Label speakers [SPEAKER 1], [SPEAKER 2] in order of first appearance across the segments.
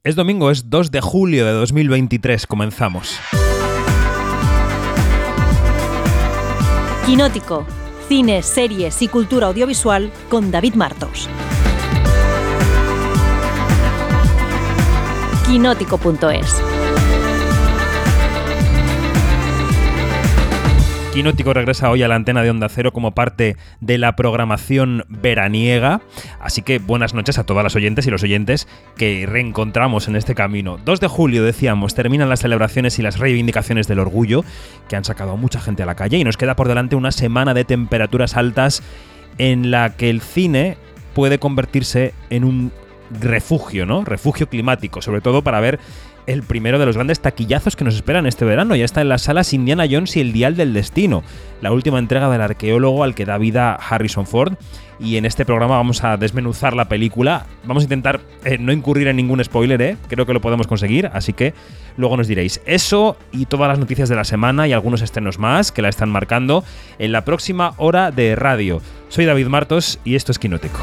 [SPEAKER 1] Es domingo, es 2 de julio de 2023. Comenzamos.
[SPEAKER 2] Quinótico. Cine, series y cultura audiovisual con David Martos. Quinótico.es.
[SPEAKER 1] Quinótico regresa hoy a la antena de Onda Cero como parte de la programación veraniega, así que buenas noches a todas las oyentes y los oyentes que reencontramos en este camino. 2 de julio, decíamos, terminan las celebraciones y las reivindicaciones del orgullo, que han sacado a mucha gente a la calle, y nos queda por delante una semana de temperaturas altas en la que el cine puede convertirse en un refugio, ¿no? Refugio climático, sobre todo para ver el primero de los grandes taquillazos que nos esperan este verano. Ya está en las salas Indiana Jones y el Dial del Destino, la última entrega del arqueólogo al que da vida Harrison Ford, y en este programa vamos a desmenuzar la película. Vamos a intentar no incurrir en ningún spoiler, creo que lo podemos conseguir, así que luego nos diréis eso y todas las noticias de la semana y algunos estrenos más que la están marcando en la próxima hora de radio. Soy David Martos y esto es Quinótico.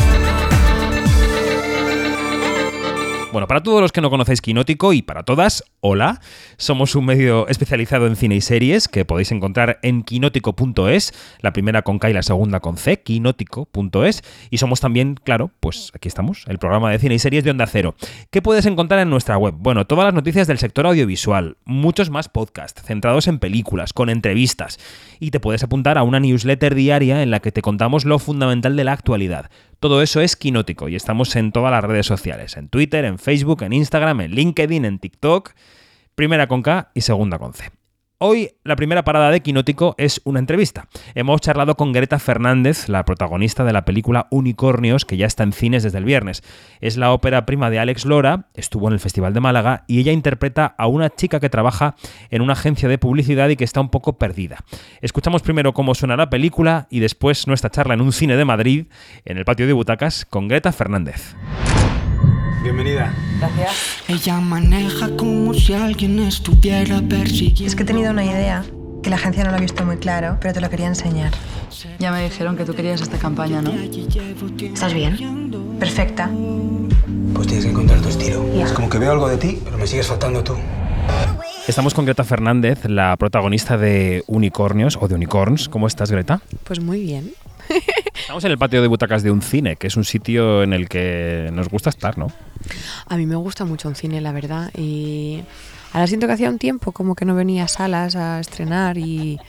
[SPEAKER 1] Bueno, para todos los que no conocéis Quinótico y para todas, hola. Somos un medio especializado en cine y series que podéis encontrar en quinótico.es, la primera con K y la segunda con C, quinótico.es. Y somos también, claro, pues aquí estamos, el programa de cine y series de Onda Cero. ¿Qué puedes encontrar en nuestra web? Bueno, todas las noticias del sector audiovisual, muchos más podcasts centrados en películas, con entrevistas. Y te puedes apuntar a una newsletter diaria en la que te contamos lo fundamental de la actualidad. Todo eso es Quinótico y estamos en todas las redes sociales, en Twitter, en Facebook, en Instagram, en LinkedIn, en TikTok, primera con K y segunda con C. Hoy la primera parada de Quinótico es una entrevista. Hemos charlado con Greta Fernández, la protagonista de la película Unicornios, que ya está en cines desde el viernes. Es la ópera prima de Alex Lora, estuvo en el Festival de Málaga y ella interpreta a una chica que trabaja en una agencia de publicidad y que está un poco perdida. Escuchamos primero cómo suena la película y después nuestra charla en un cine de Madrid, en el patio de butacas, con Greta Fernández.
[SPEAKER 3] Bienvenida.
[SPEAKER 4] Gracias. Ella maneja como si alguien estuviera persiguiendo.
[SPEAKER 5] Es que he tenido una idea que la agencia no lo ha visto muy claro, pero te lo quería enseñar.
[SPEAKER 6] Ya me dijeron que tú querías esta campaña, ¿no?
[SPEAKER 5] ¿Estás bien? Perfecta.
[SPEAKER 3] Pues tienes que encontrar tu estilo. Es como que veo algo de ti, pero me sigues faltando tú.
[SPEAKER 1] Estamos con Greta Fernández, la protagonista de Unicornios o de Unicorns. ¿Cómo estás, Greta?
[SPEAKER 7] Pues muy bien.
[SPEAKER 1] Estamos en el patio de butacas de un cine, que es un sitio en el que nos gusta estar, ¿no?
[SPEAKER 7] A mí me gusta mucho un cine, la verdad, y ahora siento que hacía un tiempo como que no venía a salas a estrenar y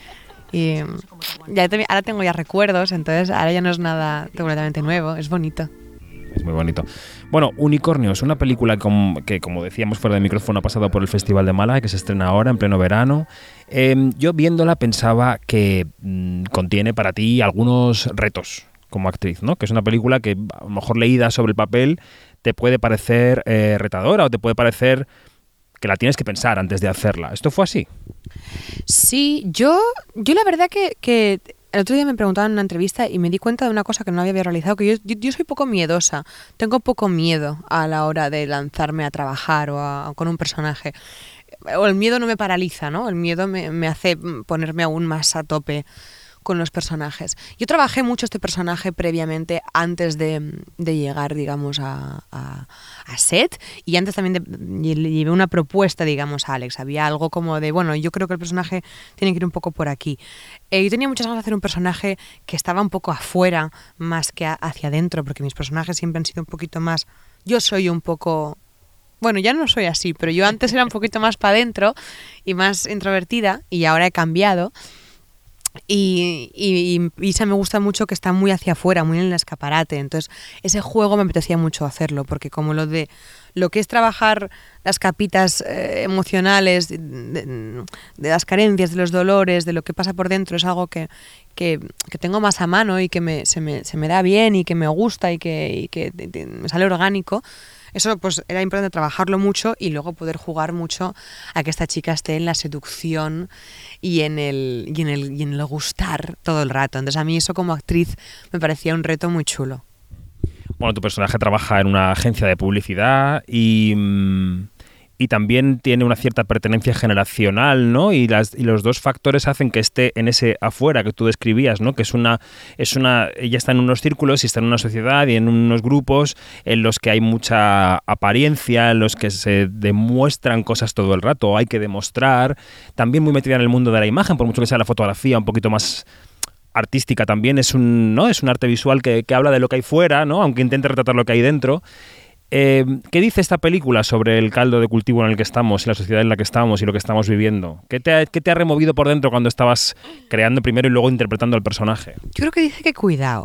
[SPEAKER 7] ahora tengo ya recuerdos, entonces ahora ya no es nada completamente nuevo, es bonito.
[SPEAKER 1] Es muy bonito. Bueno, Unicornios, una película que, como decíamos fuera de micrófono, ha pasado por el Festival de Málaga, que se estrena ahora, en pleno verano. Yo viéndola pensaba que contiene para ti algunos retos como actriz, ¿no? Que es una película que, a lo mejor leída sobre el papel, te puede parecer retadora o te puede parecer que la tienes que pensar antes de hacerla. ¿Esto fue así?
[SPEAKER 7] Sí, yo la verdad que el otro día me preguntaban en una entrevista y me di cuenta de una cosa que no había realizado, que yo soy poco miedosa, tengo poco miedo a la hora de lanzarme a trabajar o con un personaje. O el miedo no me paraliza, ¿no? El miedo me hace ponerme aún más a tope con los personajes. Yo trabajé mucho este personaje previamente, antes de llegar, digamos, a set, y antes también llevé una propuesta, digamos, a Alex. Había algo como de, bueno, yo creo que el personaje tiene que ir un poco por aquí. Yo tenía muchas ganas de hacer un personaje que estaba un poco afuera más que hacia adentro, porque mis personajes siempre han sido un poquito más... Yo soy un poco... Bueno, ya no soy así, pero yo antes era un poquito más para adentro y más introvertida, y ahora he cambiado. Y Isa me gusta mucho, que está muy hacia afuera, muy en el escaparate. Entonces ese juego me apetecía mucho hacerlo, porque como lo que es trabajar las capitas emocionales de las carencias, de los dolores, de lo que pasa por dentro, es algo que tengo más a mano y que se me da bien y que me gusta y que me sale orgánico. Eso pues era importante trabajarlo mucho y luego poder jugar mucho a que esta chica esté en la seducción y en el gustar todo el rato. Entonces a mí eso como actriz me parecía un reto muy chulo. Bueno,
[SPEAKER 1] tu personaje trabaja en una agencia de publicidad y y también tiene una cierta pertenencia generacional, ¿no? Y los dos factores hacen que esté en ese afuera que tú describías, ¿no? Que ella está en unos círculos y está en una sociedad y en unos grupos en los que hay mucha apariencia, en los que se demuestran cosas todo el rato, hay que demostrar, también muy metida en el mundo de la imagen, por mucho que sea la fotografía un poquito más artística también, es un arte visual que habla de lo que hay fuera, ¿no? Aunque intente retratar lo que hay dentro. ¿Qué dice esta película sobre el caldo de cultivo en el que estamos y la sociedad en la que estamos y lo que estamos viviendo? ¿Qué te ha removido por dentro cuando estabas creando primero y luego interpretando al personaje?
[SPEAKER 7] Yo creo que dice que cuidado.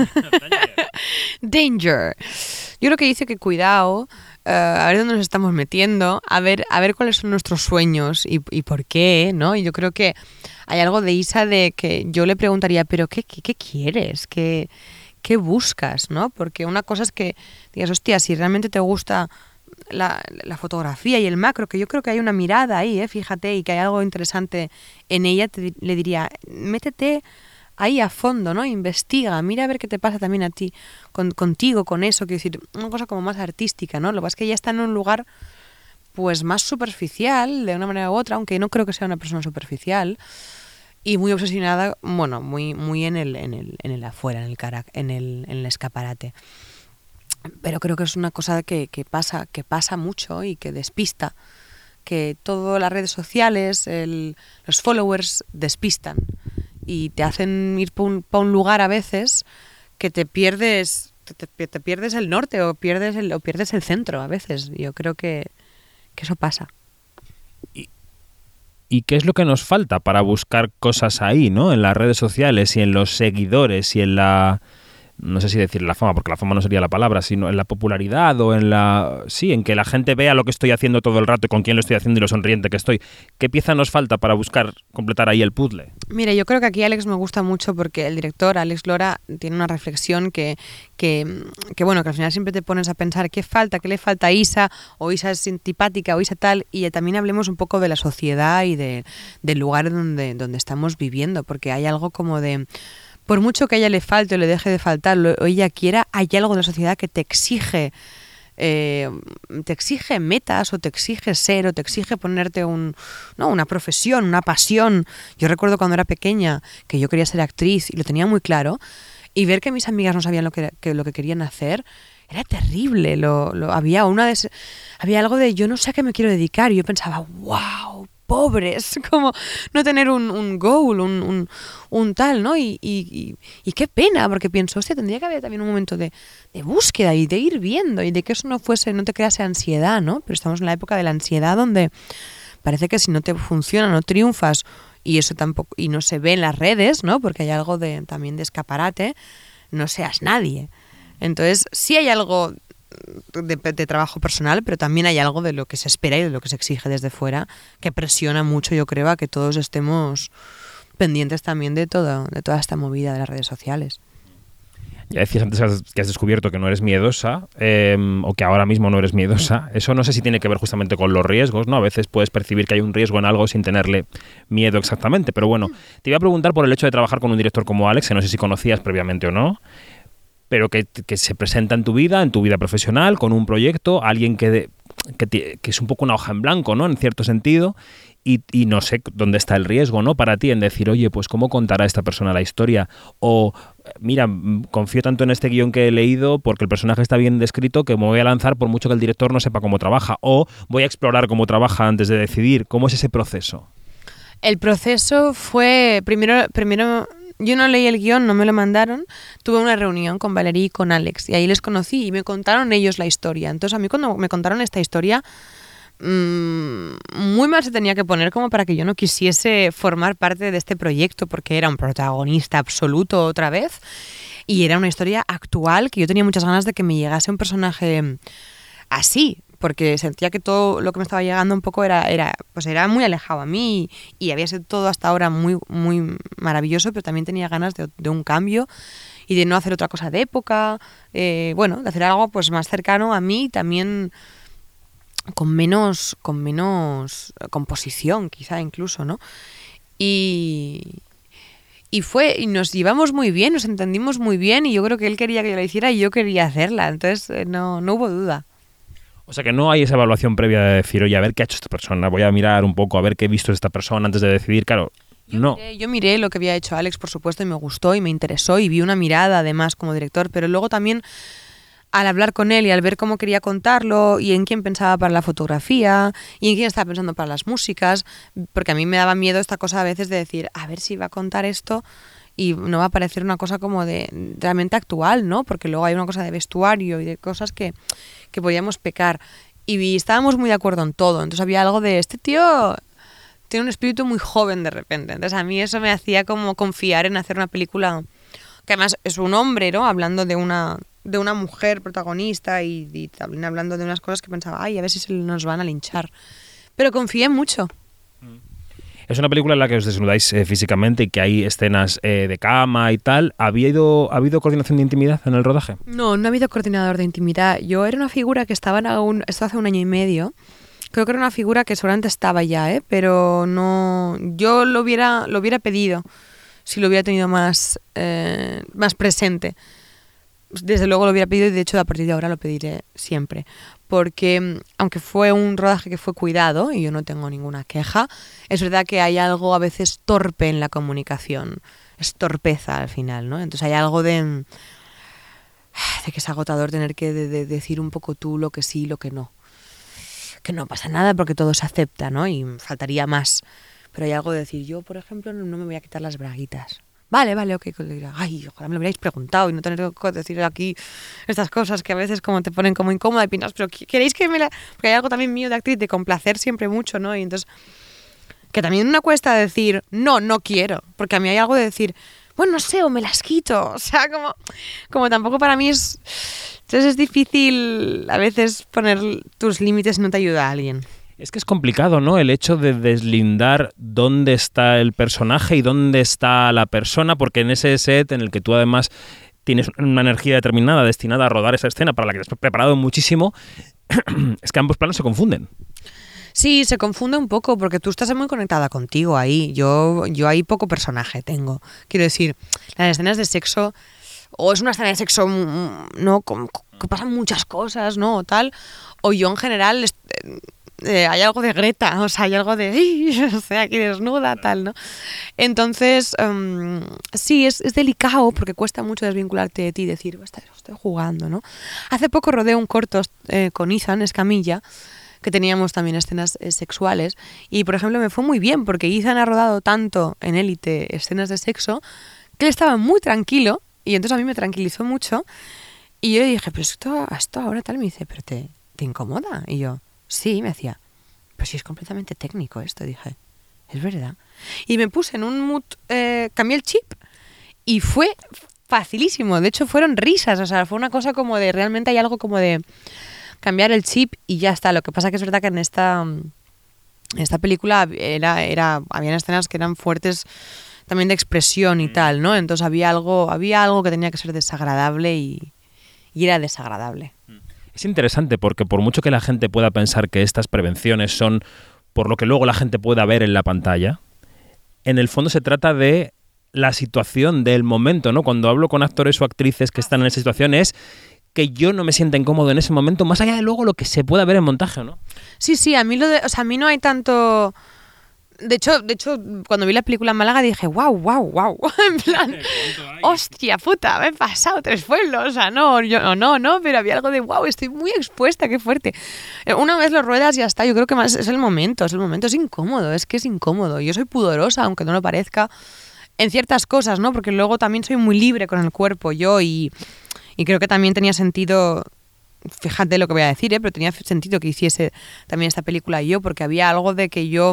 [SPEAKER 7] Danger. Yo creo que dice que cuidado, a ver dónde nos estamos metiendo, a ver cuáles son nuestros sueños y por qué, ¿no? Y yo creo que hay algo de Isa de que yo le preguntaría, ¿pero qué quieres? ¿Qué buscas, ¿no? Porque una cosa es que digas, hostia, si realmente te gusta la fotografía y el macro, que yo creo que hay una mirada ahí, fíjate, y que hay algo interesante en ella, le diría, métete ahí a fondo, ¿no? Investiga, mira a ver qué te pasa también a ti, contigo, con eso, quiero decir, una cosa como más artística, ¿no? Lo que pasa es que ella está en un lugar pues más superficial, de una manera u otra, aunque no creo que sea una persona superficial, y muy obsesionada, bueno, muy en el afuera, en el escaparate. Pero creo que es una cosa que pasa mucho y que despista, que todas las redes sociales, los followers despistan y te hacen ir para un lugar a veces que te pierdes el norte o pierdes el centro a veces. Yo creo que eso pasa.
[SPEAKER 1] ¿Y qué es lo que nos falta para buscar cosas ahí, ¿no? En las redes sociales y en los seguidores y en la... No sé si decir la fama, porque la fama no sería la palabra, sino en la popularidad o en que la gente vea lo que estoy haciendo todo el rato y con quién lo estoy haciendo y lo sonriente que estoy. ¿Qué pieza nos falta para buscar completar ahí el puzzle?
[SPEAKER 7] Mira, yo creo que aquí Alex me gusta mucho porque el director, Alex Lora, tiene una reflexión que bueno, que al final siempre te pones a pensar qué le falta a Isa, o Isa es antipática, o Isa tal, y también hablemos un poco de la sociedad y del lugar donde estamos viviendo, porque hay algo como de... Por mucho que a ella le falte o le deje de faltar o ella quiera, hay algo de la sociedad que te exige metas o te exige ser o te exige ponerte una profesión, una pasión. Yo recuerdo cuando era pequeña que yo quería ser actriz y lo tenía muy claro, y ver que mis amigas no sabían lo que querían hacer era terrible. Había algo de yo no sé a qué me quiero dedicar y yo pensaba, wow, pobres, como no tener un goal, un tal, ¿no? Y qué pena, porque pienso, hostia, tendría que haber también un momento de búsqueda y de ir viendo y de que eso no te crease ansiedad, ¿no? Pero estamos en la época de la ansiedad donde parece que si no te funciona, no triunfas, y eso tampoco, y no se ve en las redes, ¿no? Porque hay algo también de escaparate, no seas nadie. Entonces, sí hay algo de trabajo personal, pero también hay algo de lo que se espera y de lo que se exige desde fuera que presiona mucho, yo creo, a que todos estemos pendientes también de toda esta movida de las redes sociales.
[SPEAKER 1] Ya decías antes que has descubierto que no eres miedosa, o que ahora mismo no eres miedosa. Eso no sé si tiene que ver justamente con los riesgos, ¿no? A veces puedes percibir que hay un riesgo en algo sin tenerle miedo exactamente. Pero bueno, te iba a preguntar por el hecho de trabajar con un director como Alex, que no sé si conocías previamente o no, pero que se presenta en tu vida profesional, con un proyecto, alguien que es un poco una hoja en blanco, ¿no? En cierto sentido, y no sé dónde está el riesgo, ¿no? Para ti en decir, oye, pues ¿cómo contará esta persona la historia? O, mira, confío tanto en este guión que he leído porque el personaje está bien descrito que me voy a lanzar por mucho que el director no sepa cómo trabaja, o voy a explorar cómo trabaja antes de decidir. ¿Cómo es ese proceso?
[SPEAKER 7] El proceso fue, primero yo no leí el guión, no me lo mandaron, tuve una reunión con Valerie y con Alex y ahí les conocí y me contaron ellos la historia. Entonces a mí cuando me contaron esta historia, muy mal se tenía que poner como para que yo no quisiese formar parte de este proyecto, porque era un protagonista absoluto otra vez y era una historia actual que yo tenía muchas ganas de que me llegase un personaje así, porque sentía que todo lo que me estaba llegando un poco era muy alejado a mí y había sido todo hasta ahora muy, muy maravilloso, pero también tenía ganas de un cambio y de no hacer otra cosa de época, de hacer algo pues más cercano a mí, también con menos composición quizá incluso, ¿no? Y nos llevamos muy bien, nos entendimos muy bien y yo creo que él quería que yo la hiciera y yo quería hacerla, entonces no hubo duda.
[SPEAKER 1] O sea que no hay esa evaluación previa de decir, oye, a ver qué ha hecho esta persona, voy a mirar un poco, a ver qué he visto de esta persona antes de decidir. Claro,
[SPEAKER 7] Yo miré lo que había hecho Alex, por supuesto, y me gustó y me interesó y vi una mirada además como director, pero luego también al hablar con él y al ver cómo quería contarlo y en quién pensaba para la fotografía y en quién estaba pensando para las músicas, porque a mí me daba miedo esta cosa a veces de decir, a ver si va a contar esto y no va a parecer una cosa como de realmente actual, ¿no? Porque luego hay una cosa de vestuario y de cosas que podíamos pecar. Y estábamos muy de acuerdo en todo. Entonces había algo de, este tío tiene un espíritu muy joven de repente. Entonces a mí eso me hacía como confiar en hacer una película que además es un hombre, ¿no? Hablando de una mujer protagonista y también hablando de unas cosas que pensaba, ay, a ver si se nos van a linchar. Pero confié mucho.
[SPEAKER 1] Es una película en la que os desnudáis físicamente y que hay escenas de cama y tal. ¿Ha habido coordinación de intimidad en el rodaje?
[SPEAKER 7] No ha habido coordinador de intimidad. Yo era una figura que estaba esto hace 1 año y medio. Creo que era una figura que seguramente estaba ya, pero no. Yo lo hubiera pedido si lo hubiera tenido más presente. Desde luego lo hubiera pedido y de hecho a partir de ahora lo pediré siempre. Porque aunque fue un rodaje que fue cuidado y yo no tengo ninguna queja, es verdad que hay algo a veces torpe en la comunicación. Es torpeza al final, ¿no? Entonces hay algo de que es agotador tener que decir un poco tú lo que sí y lo que no. Que no pasa nada porque todo se acepta, ¿no? Y faltaría más. Pero hay algo de decir, yo por ejemplo no me voy a quitar las braguitas. Vale, ok. Ay, ojalá me lo hubierais preguntado y no tener que decir aquí estas cosas que a veces como te ponen como incómoda y piensas, pero ¿queréis que Porque hay algo también mío de actriz de complacer siempre mucho, ¿no? Y entonces, que también me cuesta decir, no quiero. Porque a mí hay algo de decir, bueno, no sé, o me las quito. O sea, como tampoco para mí es... Entonces es difícil a veces poner tus límites y no te ayuda a alguien.
[SPEAKER 1] Es que es complicado, ¿no? El hecho de deslindar dónde está el personaje y dónde está la persona, porque en ese set en el que tú además tienes una energía determinada destinada a rodar esa escena para la que te has preparado muchísimo, es que ambos planos se confunden.
[SPEAKER 7] Sí, se confunde un poco porque tú estás muy conectada contigo ahí. Yo ahí poco personaje tengo. Quiero decir, las escenas de sexo, o es una escena de sexo, ¿no? Que pasan muchas cosas, ¿no? O tal. O yo en general... hay algo de Greta, o sea, hay algo de o sea, aquí desnuda, tal, ¿no? Entonces, sí, es delicado porque cuesta mucho desvincularte de ti y decir, estoy jugando, ¿no? Hace poco rodé un corto con Ethan Escamilla, que teníamos también escenas sexuales, y por ejemplo me fue muy bien porque Ethan ha rodado tanto en Élite escenas de sexo que él estaba muy tranquilo y entonces a mí me tranquilizó mucho y yo le dije, pero esto ahora tal, me dice, pero te incomoda, y yo... Sí, me decía, pues sí, es completamente técnico esto, dije, es verdad. Y me puse en un mood, cambié el chip y fue facilísimo, de hecho fueron risas, o sea, fue una cosa como de, realmente hay algo como de cambiar el chip y ya está. Lo que pasa que es verdad que en esta película habían escenas que eran fuertes también de expresión y tal, ¿no? Entonces había algo que tenía que ser desagradable y era desagradable.
[SPEAKER 1] Es interesante porque por mucho que la gente pueda pensar que estas prevenciones son por lo que luego la gente pueda ver en la pantalla, en el fondo se trata de la situación, del momento, ¿no? Cuando hablo con actores o actrices que están en esa situación es que yo no me sienta incómodo en ese momento, más allá de luego lo que se pueda ver en montaje, ¿no?
[SPEAKER 7] Sí, a mí a mí no hay tanto... De hecho, cuando vi la película en Málaga dije, wow, en plan, hostia puta, me he pasado 3 pueblos, o sea, no, pero había algo de, wow, estoy muy expuesta, qué fuerte. Una vez lo ruedas y ya está, yo creo que más es el momento, es incómodo, es que es incómodo. Yo soy pudorosa, aunque no lo parezca, en ciertas cosas, ¿no? Porque luego también soy muy libre con el cuerpo, yo, y creo que también tenía sentido... Fíjate lo que voy a decir, pero tenía sentido que hiciese también esta película yo, porque había algo de que yo...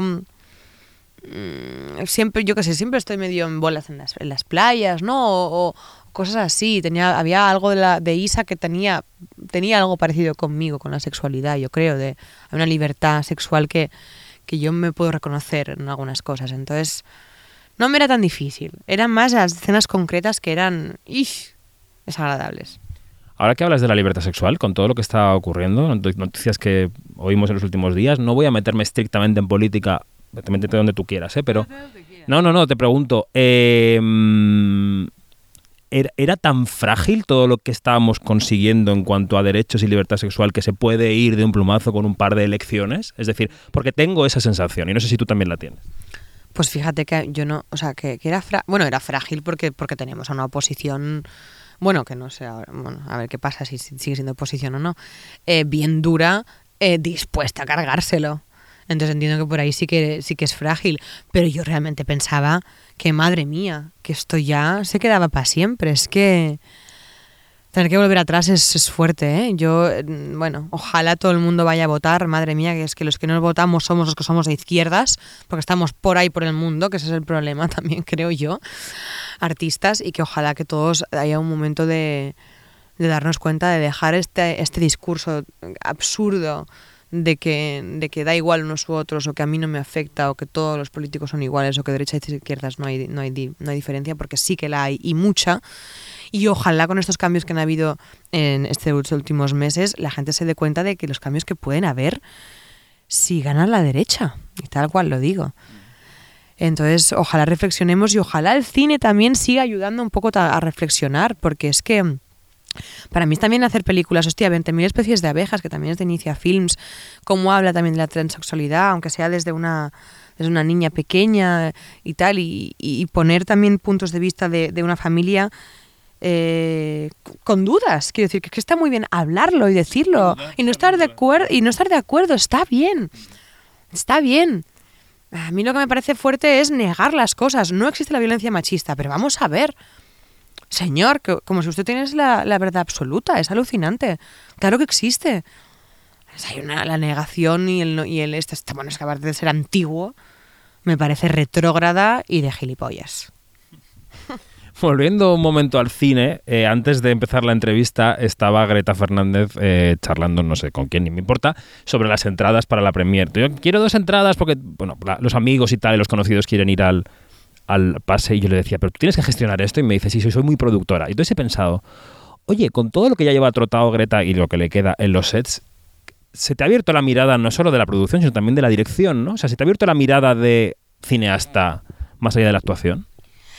[SPEAKER 7] siempre, yo qué sé, siempre estoy medio en bolas en las playas, ¿no? O cosas así. Había algo de Isa que tenía algo parecido conmigo, con la sexualidad, yo creo, de una libertad sexual que yo me puedo reconocer en algunas cosas. Entonces, no me era tan difícil. Eran más las escenas concretas que eran desagradables.
[SPEAKER 1] Ahora que hablas de la libertad sexual, con todo lo que está ocurriendo, noticias que oímos en los últimos días, no voy a meterme estrictamente en política, métete donde tú quieras, pero... No, te pregunto, ¿Era tan frágil todo lo que estábamos consiguiendo en cuanto a derechos y libertad sexual que se puede ir de un plumazo con un par de elecciones? Es decir, porque tengo esa sensación y no sé si tú también la tienes.
[SPEAKER 7] Pues fíjate que yo no, o sea, que era era frágil porque tenemos a una oposición, bueno, que no sé, bueno, a ver qué pasa si sigue siendo oposición o no, bien dura, dispuesta a cargárselo. Entonces entiendo que por ahí sí que es frágil, pero yo realmente pensaba que, madre mía, que esto ya se quedaba para siempre. Es que tener que volver atrás es fuerte, ¿eh? Yo, bueno, ojalá todo el mundo vaya a votar, madre mía, que es que los que no votamos somos los que somos de izquierdas, porque estamos por ahí por el mundo, que ese es el problema también, creo yo, artistas, y que ojalá que todos haya un momento de darnos cuenta, de dejar este discurso absurdo de que da igual unos u otros, o que a mí no me afecta, o que todos los políticos son iguales, o que derechas y izquierdas no hay diferencia, porque sí que la hay, y mucha. Y ojalá con estos cambios que han habido en estos últimos meses, la gente se dé cuenta de que los cambios que pueden haber si gana la derecha, y tal cual lo digo. Entonces, ojalá reflexionemos, y ojalá el cine también siga ayudando un poco a reflexionar, porque es que para mí es también hacer películas, hostia, 20.000 especies de abejas, que también es de Inicia Films, cómo habla también de la transexualidad, aunque sea desde una niña pequeña y tal, y poner también puntos de vista de una familia con dudas. Quiero decir que está muy bien hablarlo y decirlo, y no estar de acuerdo, está bien. A mí lo que me parece fuerte es negar las cosas. No existe la violencia machista, pero vamos a ver, señor, que como si usted tiene la verdad absoluta. Es alucinante. Claro que existe. Hay la negación y el bueno, es que aparte de ser antiguo, me parece retrógrada y de gilipollas.
[SPEAKER 1] Volviendo un momento al cine, antes de empezar la entrevista estaba Greta Fernández charlando, no sé con quién, ni me importa, sobre las entradas para la premier. Yo quiero 2 entradas porque, bueno, los amigos y tal, y los conocidos quieren ir al pase, y yo le decía, pero tú tienes que gestionar esto, y me dice, sí, soy muy productora. Y entonces he pensado, oye, con todo lo que ya lleva trotado Greta y lo que le queda en los sets, se te ha abierto la mirada no solo de la producción, sino también de la dirección, ¿no? O sea, se te ha abierto la mirada de cineasta más allá de la actuación.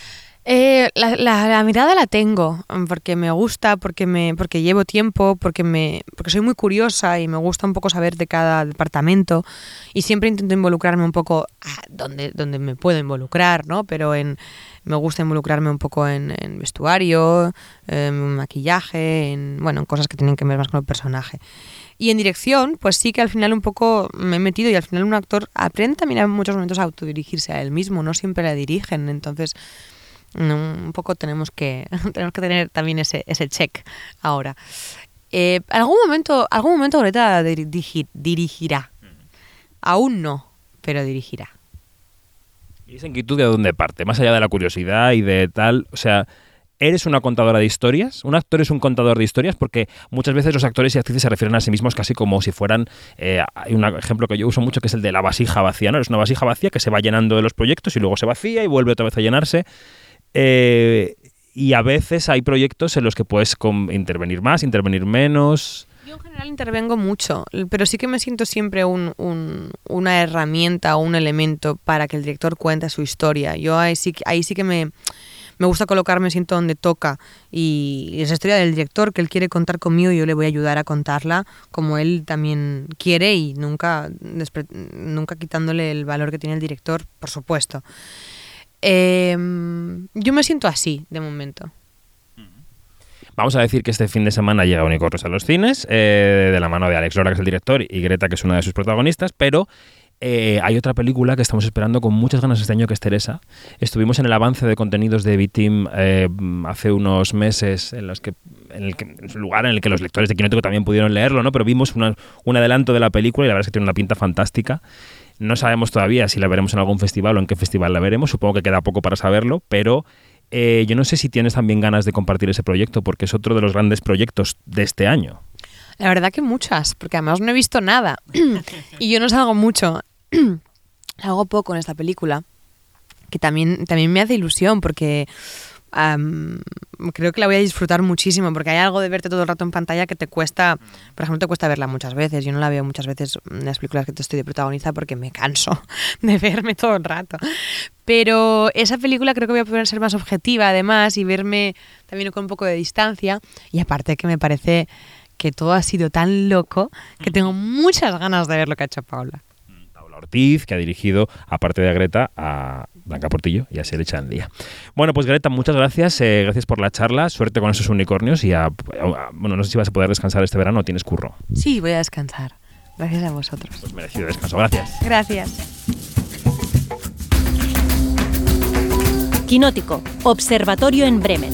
[SPEAKER 7] La mirada la tengo, porque me gusta, porque llevo tiempo, porque soy muy curiosa y me gusta un poco saber de cada departamento, y siempre intento involucrarme un poco donde me puedo involucrar, ¿no? Pero me gusta involucrarme un poco en vestuario, en maquillaje, en cosas que tienen que ver más con el personaje. Y en dirección, pues sí que al final un poco me he metido, y al final un actor aprende también en muchos momentos a autodirigirse a él mismo, no siempre la dirigen, entonces un poco tenemos que tener también ese check ahora. Algún momento Greta dirigirá. Aún no, pero dirigirá.
[SPEAKER 1] ¿Y esa inquietud de dónde parte? Más allá de la curiosidad y de tal, o sea, ¿eres una contadora de historias? ¿Un actor es un contador de historias? Porque muchas veces los actores y actrices se refieren a sí mismos casi como si fueran... hay un ejemplo que yo uso mucho que es el de la vasija vacía, ¿no? Es una vasija vacía que se va llenando de los proyectos y luego se vacía y vuelve otra vez a llenarse. Y a veces hay proyectos en los que puedes intervenir más, intervenir menos.
[SPEAKER 7] Yo en general intervengo mucho, pero sí que me siento siempre una herramienta o un elemento para que el director cuente su historia. Yo ahí sí que me gusta colocarme, siento donde toca, y esa historia del director que él quiere contar conmigo, y yo le voy a ayudar a contarla como él también quiere, y nunca quitándole el valor que tiene el director, por supuesto. Yo me siento así de momento.
[SPEAKER 1] Vamos a decir que este fin de semana llega Unicornios a los cines, de la mano de Alex Lora, que es el director, y Greta, que es una de sus protagonistas, pero hay otra película que estamos esperando con muchas ganas este año, que es Teresa. Estuvimos en el avance de contenidos de B-Team hace unos meses, en un lugar en el que los lectores de Quinótico también pudieron leerlo, ¿no? Pero vimos un adelanto de la película, y la verdad es que tiene una pinta fantástica. No sabemos todavía si la veremos en algún festival o en qué festival la veremos. Supongo que queda poco para saberlo, pero yo no sé si tienes también ganas de compartir ese proyecto, porque es otro de los grandes proyectos de este año.
[SPEAKER 7] La verdad que muchas, porque además no he visto nada. Y yo no salgo mucho. Salgo poco en esta película, que también me hace ilusión, porque creo que la voy a disfrutar muchísimo, porque hay algo de verte todo el rato en pantalla que te cuesta, por ejemplo, te cuesta verla muchas veces. Yo no la veo muchas veces en las películas que estoy de protagonista porque me canso de verme todo el rato. Pero esa película creo que voy a poder ser más objetiva además y verme también con un poco de distancia. Y aparte que me parece que todo ha sido tan loco que tengo muchas ganas de ver lo que ha hecho Paula.
[SPEAKER 1] Ortiz, que ha dirigido, aparte de a Greta, a Blanca Portillo y a Sere Chandlia. Bueno, pues Greta, muchas gracias. Gracias por la charla. Suerte con esos unicornios y bueno, no sé si vas a poder descansar este verano o tienes curro.
[SPEAKER 7] Sí, voy a descansar. Gracias a vosotros.
[SPEAKER 1] Pues merecido descanso. Gracias.
[SPEAKER 7] Gracias.
[SPEAKER 2] Quinótico, Observatorio en Bremen.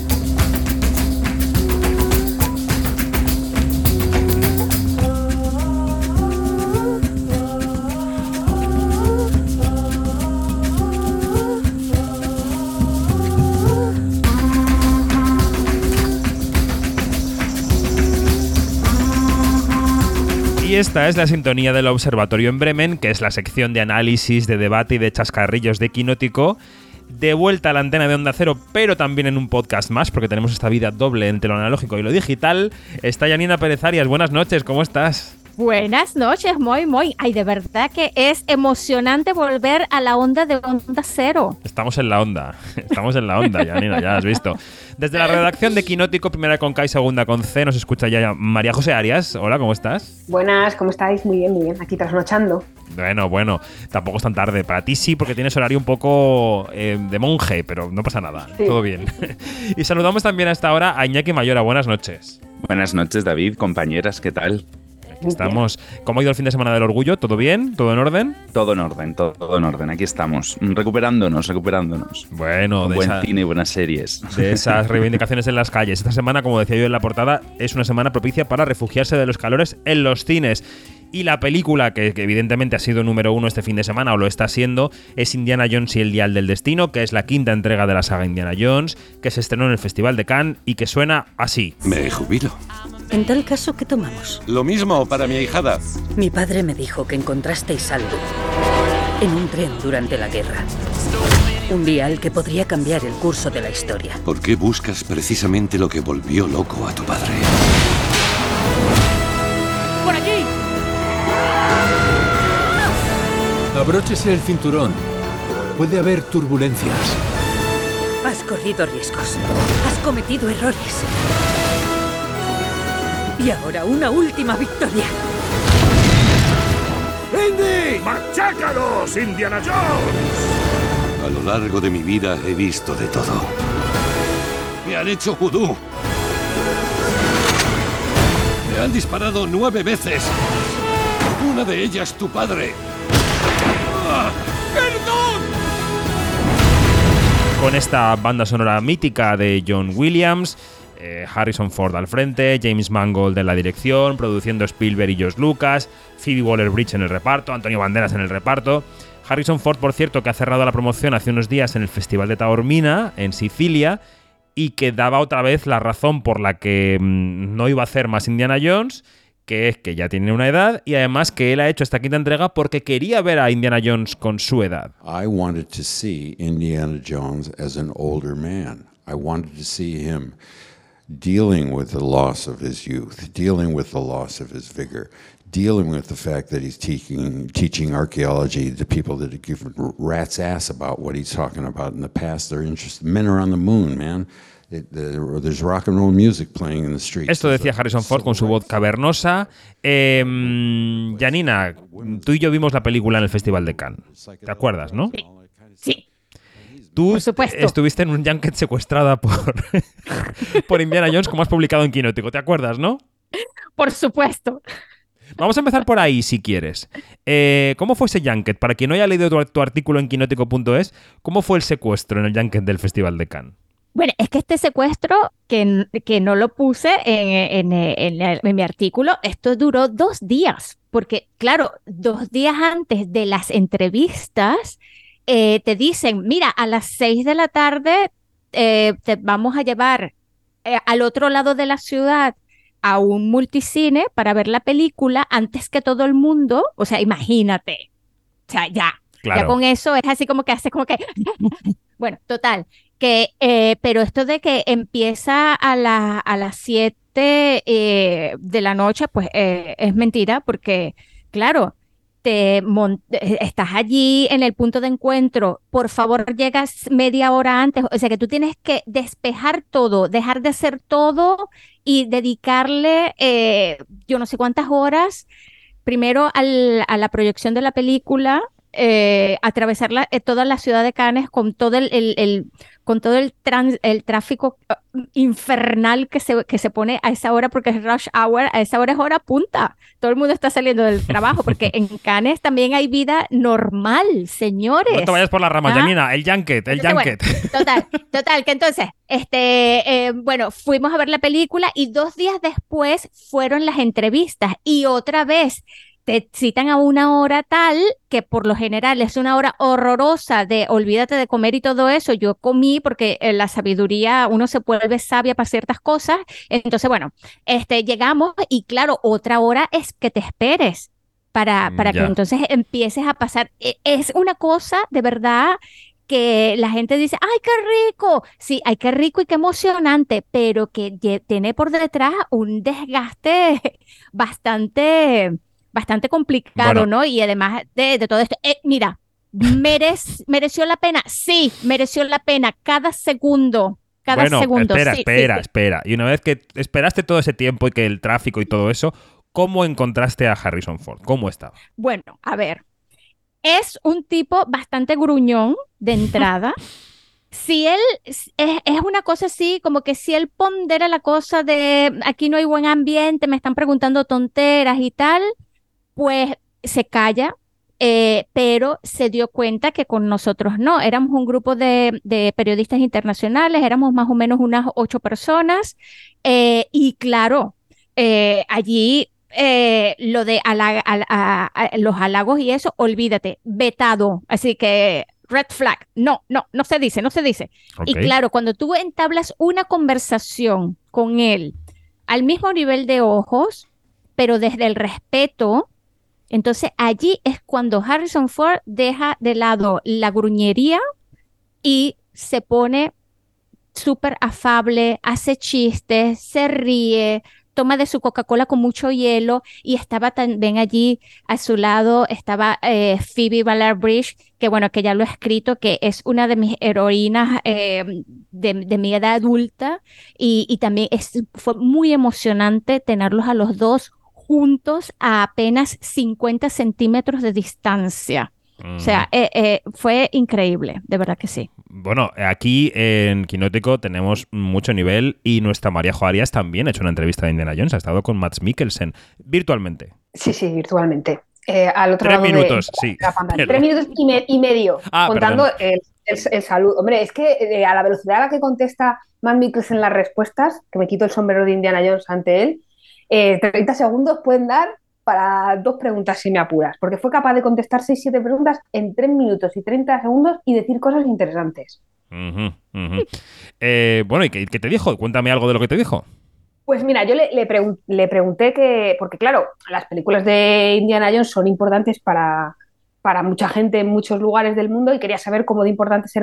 [SPEAKER 1] Y esta es la sintonía del Observatorio en Bremen, que es la sección de análisis, de debate y de chascarrillos de Quinótico. De vuelta a la antena de Onda Cero, pero también en un podcast más, porque tenemos esta vida doble entre lo analógico y lo digital. Está Janina Pérez Arias. Buenas noches, ¿cómo estás?
[SPEAKER 8] Buenas noches, muy. Ay, de verdad que es emocionante volver a la onda de Onda Cero.
[SPEAKER 1] Estamos en la onda, Janina, ya has visto. Desde la redacción de Quinótico, primera con K y segunda con C, nos escucha ya María José Arias. Hola, ¿cómo estás?
[SPEAKER 9] Buenas, ¿cómo estáis? Muy bien, aquí trasnochando.
[SPEAKER 1] Bueno, tampoco es tan tarde. Para ti sí, porque tienes horario un poco de monje, pero no pasa nada, sí. Todo bien. Y saludamos también a esta hora a Iñaki Mayora. Buenas noches.
[SPEAKER 10] Buenas noches, David, compañeras, ¿qué tal?
[SPEAKER 1] Estamos. ¿Cómo ha ido el fin de semana del orgullo? ¿Todo bien? ¿Todo en orden?
[SPEAKER 10] Todo en orden. Aquí estamos, recuperándonos.
[SPEAKER 1] Bueno,
[SPEAKER 10] con buen cine y buenas series.
[SPEAKER 1] De esas reivindicaciones en las calles. Esta semana, como decía yo en la portada, es una semana propicia para refugiarse de los calores en los cines. Y la película, que evidentemente ha sido número 1 este fin de semana, o lo está siendo, es Indiana Jones y el Dial del Destino, que es la quinta entrega de la saga Indiana Jones, que se estrenó en el Festival de Cannes y que suena así.
[SPEAKER 11] Me jubilo.
[SPEAKER 12] En tal caso, ¿qué tomamos?
[SPEAKER 11] Lo mismo para mi ahijada.
[SPEAKER 12] Mi padre me dijo que encontrasteis algo en un tren durante la guerra. Un dial que podría cambiar el curso de la historia.
[SPEAKER 11] ¿Por qué buscas precisamente lo que volvió loco a tu padre?
[SPEAKER 12] ¡Por allí!
[SPEAKER 13] Abróchese el cinturón. Puede haber turbulencias.
[SPEAKER 12] Has corrido riesgos. Has cometido errores. Y ahora una última victoria.
[SPEAKER 14] ¡Indy! ¡Machácalos, Indiana Jones!
[SPEAKER 11] A lo largo de mi vida he visto de todo. Me han hecho vudú. Me han disparado 9 veces. Una de ellas tu padre.
[SPEAKER 14] ¡Perdón!
[SPEAKER 1] Con esta banda sonora mítica de John Williams, Harrison Ford al frente, James Mangold en la dirección, produciendo Spielberg y George Lucas, Phoebe Waller-Bridge en el reparto, Antonio Banderas en el reparto. Harrison Ford, por cierto, que ha cerrado la promoción hace unos días en el Festival de Taormina, en Sicilia, y que daba otra vez la razón por la que no iba a hacer más Indiana Jones, que es que ya tiene una edad y además que él ha hecho esta quinta entrega porque quería ver a Indiana Jones con su edad.
[SPEAKER 15] I wanted to see Indiana Jones as an older man. I wanted to see him dealing with the loss of his youth, dealing with the loss of his vigor, dealing with the fact that he's teaching archaeology to people that give rat's ass about what he's talking about in the past. They're interested. Men are on the moon, man. There's rock and roll music playing in the streets.
[SPEAKER 1] Esto decía Harrison Ford con su voz cavernosa. Janina, tú y yo vimos la película en el Festival de Cannes. ¿Te acuerdas, no?
[SPEAKER 8] Sí.
[SPEAKER 1] Tú
[SPEAKER 8] por supuesto.
[SPEAKER 1] Estuviste en un junket secuestrada por Indiana Jones, como has publicado en Quinótico. ¿Te acuerdas, no?
[SPEAKER 8] Por supuesto.
[SPEAKER 1] Vamos a empezar por ahí, si quieres. ¿Cómo fue ese junket? Para quien no haya leído tu artículo en quinótico.es, ¿cómo fue el secuestro en el junket del Festival de Cannes?
[SPEAKER 8] Bueno, es que este secuestro, que no lo puse en mi artículo, esto duró 2 días, porque claro, 2 días antes de las entrevistas te dicen, mira, a las 6 de la tarde te vamos a llevar al otro lado de la ciudad a un multicine para ver la película antes que todo el mundo. O sea, imagínate, o sea, ya
[SPEAKER 1] Claro.
[SPEAKER 8] con eso es así como que hace como que... Bueno, total, Pero esto de que empieza a las 7 de la noche, pues es mentira, porque, claro, estás allí en el punto de encuentro, por favor llegas media hora antes, o sea que tú tienes que despejar todo, dejar de hacer todo y dedicarle yo no sé cuántas horas, primero a la proyección de la película, atravesar toda la ciudad de Cannes con todo el tráfico infernal que se pone a esa hora, porque es rush hour, a esa hora es hora punta. Todo el mundo está saliendo del trabajo, porque en Cannes también hay vida normal, señores.
[SPEAKER 1] No te vayas por las ramas, Janina, el Junket.
[SPEAKER 8] Bueno, total, que entonces, bueno, fuimos a ver la película y 2 días después fueron las entrevistas y otra vez te citan a una hora tal que por lo general es una hora horrorosa de olvídate de comer y todo eso. Yo comí porque la sabiduría, uno se vuelve sabia para ciertas cosas. Entonces, bueno, llegamos y claro, otra hora es que te esperes para que entonces empieces a pasar. Es una cosa de verdad que la gente dice, ¡ay, qué rico! Sí, ¡ay, qué rico y qué emocionante! Pero que tiene por detrás un desgaste bastante complicado, bueno, ¿no? Y además de todo esto, mira, ¿mereció la pena? Sí, mereció la pena. Cada segundo. Espera.
[SPEAKER 1] Y una vez que esperaste todo ese tiempo y que el tráfico y todo eso, ¿cómo encontraste a Harrison Ford? ¿Cómo estaba?
[SPEAKER 8] Bueno, a ver, es un tipo bastante gruñón de entrada. Si él es una cosa así, como que si él pondera la cosa de aquí no hay buen ambiente, me están preguntando tonteras y tal, pues se calla, pero se dio cuenta que con nosotros no. Éramos un grupo de periodistas internacionales, éramos más o menos unas 8 personas, y claro, allí lo de los halagos y eso, olvídate, vetado. Así que red flag, no se dice. Okay. Y claro, cuando tú entablas una conversación con él al mismo nivel de ojos, pero desde el respeto, entonces allí es cuando Harrison Ford deja de lado la gruñería y se pone súper afable, hace chistes, se ríe, toma de su Coca-Cola con mucho hielo, y estaba también allí a su lado, estaba Phoebe Waller-Bridge, que bueno, que ya lo he escrito, que es una de mis heroínas de mi edad adulta, y también fue muy emocionante tenerlos a los dos juntos a apenas 50 centímetros de distancia. O sea, fue increíble, de verdad que sí.
[SPEAKER 1] Bueno, aquí en Quinótico tenemos mucho nivel y nuestra María Arias también ha hecho una entrevista de Indiana Jones, ha estado con Mads Mikkelsen, virtualmente.
[SPEAKER 9] Sí, virtualmente. Al otro
[SPEAKER 1] 3
[SPEAKER 9] lado
[SPEAKER 1] minutos, sí.
[SPEAKER 9] 3 minutos y medio, contando el saludo. Hombre, es que a la velocidad a la que contesta Mads Mikkelsen las respuestas, que me quito el sombrero de Indiana Jones ante él, 30 segundos pueden dar para 2 preguntas si me apuras, porque fue capaz de contestar 6-7 preguntas en 3 minutos y 30 segundos y decir cosas interesantes.
[SPEAKER 1] Bueno, ¿y qué te dijo? Cuéntame algo de lo que te dijo.
[SPEAKER 9] Pues mira, yo le pregunté que, porque claro, las películas de Indiana Jones son importantes para mucha gente en muchos lugares del mundo, y quería saber cómo de importantes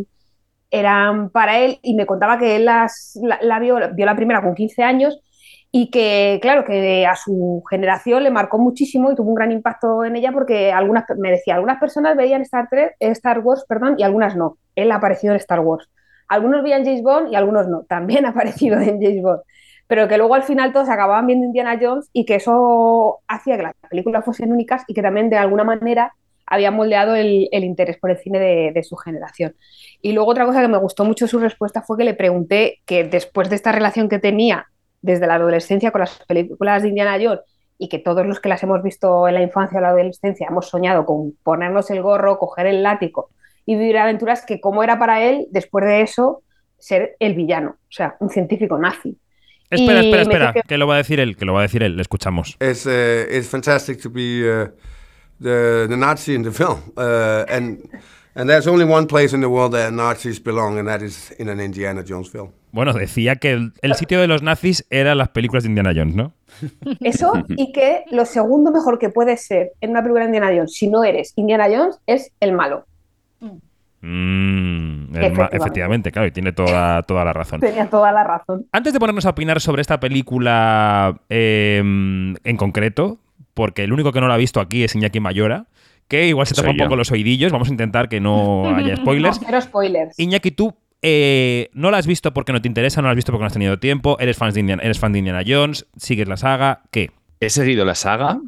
[SPEAKER 9] eran para él, y me contaba que él vio la primera con 15 años, y que, claro, que a su generación le marcó muchísimo y tuvo un gran impacto en ella, porque me decía, algunas personas veían Star Wars, y algunas no. Él ha aparecido en Star Wars. Algunos veían James Bond y algunos no. También ha aparecido en James Bond. Pero que luego al final todos acababan viendo Indiana Jones, y que eso hacía que las películas fuesen únicas, y que también de alguna manera había moldeado el interés por el cine de su generación. Y luego otra cosa que me gustó mucho de su respuesta fue que le pregunté que después de esta relación que tenía desde la adolescencia con las películas de Indiana Jones, y que todos los que las hemos visto en la infancia o la adolescencia hemos soñado con ponernos el gorro, coger el látigo y vivir aventuras, que cómo era para él, después de eso, ser el villano, o sea, un científico nazi.
[SPEAKER 1] Espera, que lo va a decir él, le escuchamos.
[SPEAKER 16] It's fantastic to be the Nazi in the film, and there's only one place in the world that Nazis belong, and that is in an Indiana Jones film.
[SPEAKER 1] Bueno, decía que el sitio de los nazis eran las películas de Indiana Jones, ¿no?
[SPEAKER 9] Eso, y que lo segundo mejor que puede ser en una película de Indiana Jones, si no eres Indiana Jones, es el malo.
[SPEAKER 1] Efectivamente, claro, y tiene toda la razón.
[SPEAKER 9] Tenía toda la razón.
[SPEAKER 1] Antes de ponernos a opinar sobre esta película en concreto, porque el único que no la ha visto aquí es Iñaki Mayora, que igual se tapa un poco los oídillos, vamos a intentar que no haya spoilers.
[SPEAKER 9] No quiero spoilers.
[SPEAKER 1] Iñaki, tú no la has visto porque no te interesa, no la has visto porque no has tenido tiempo, eres fan de Indiana Jones, sigues la saga, ¿qué?
[SPEAKER 10] He seguido la saga.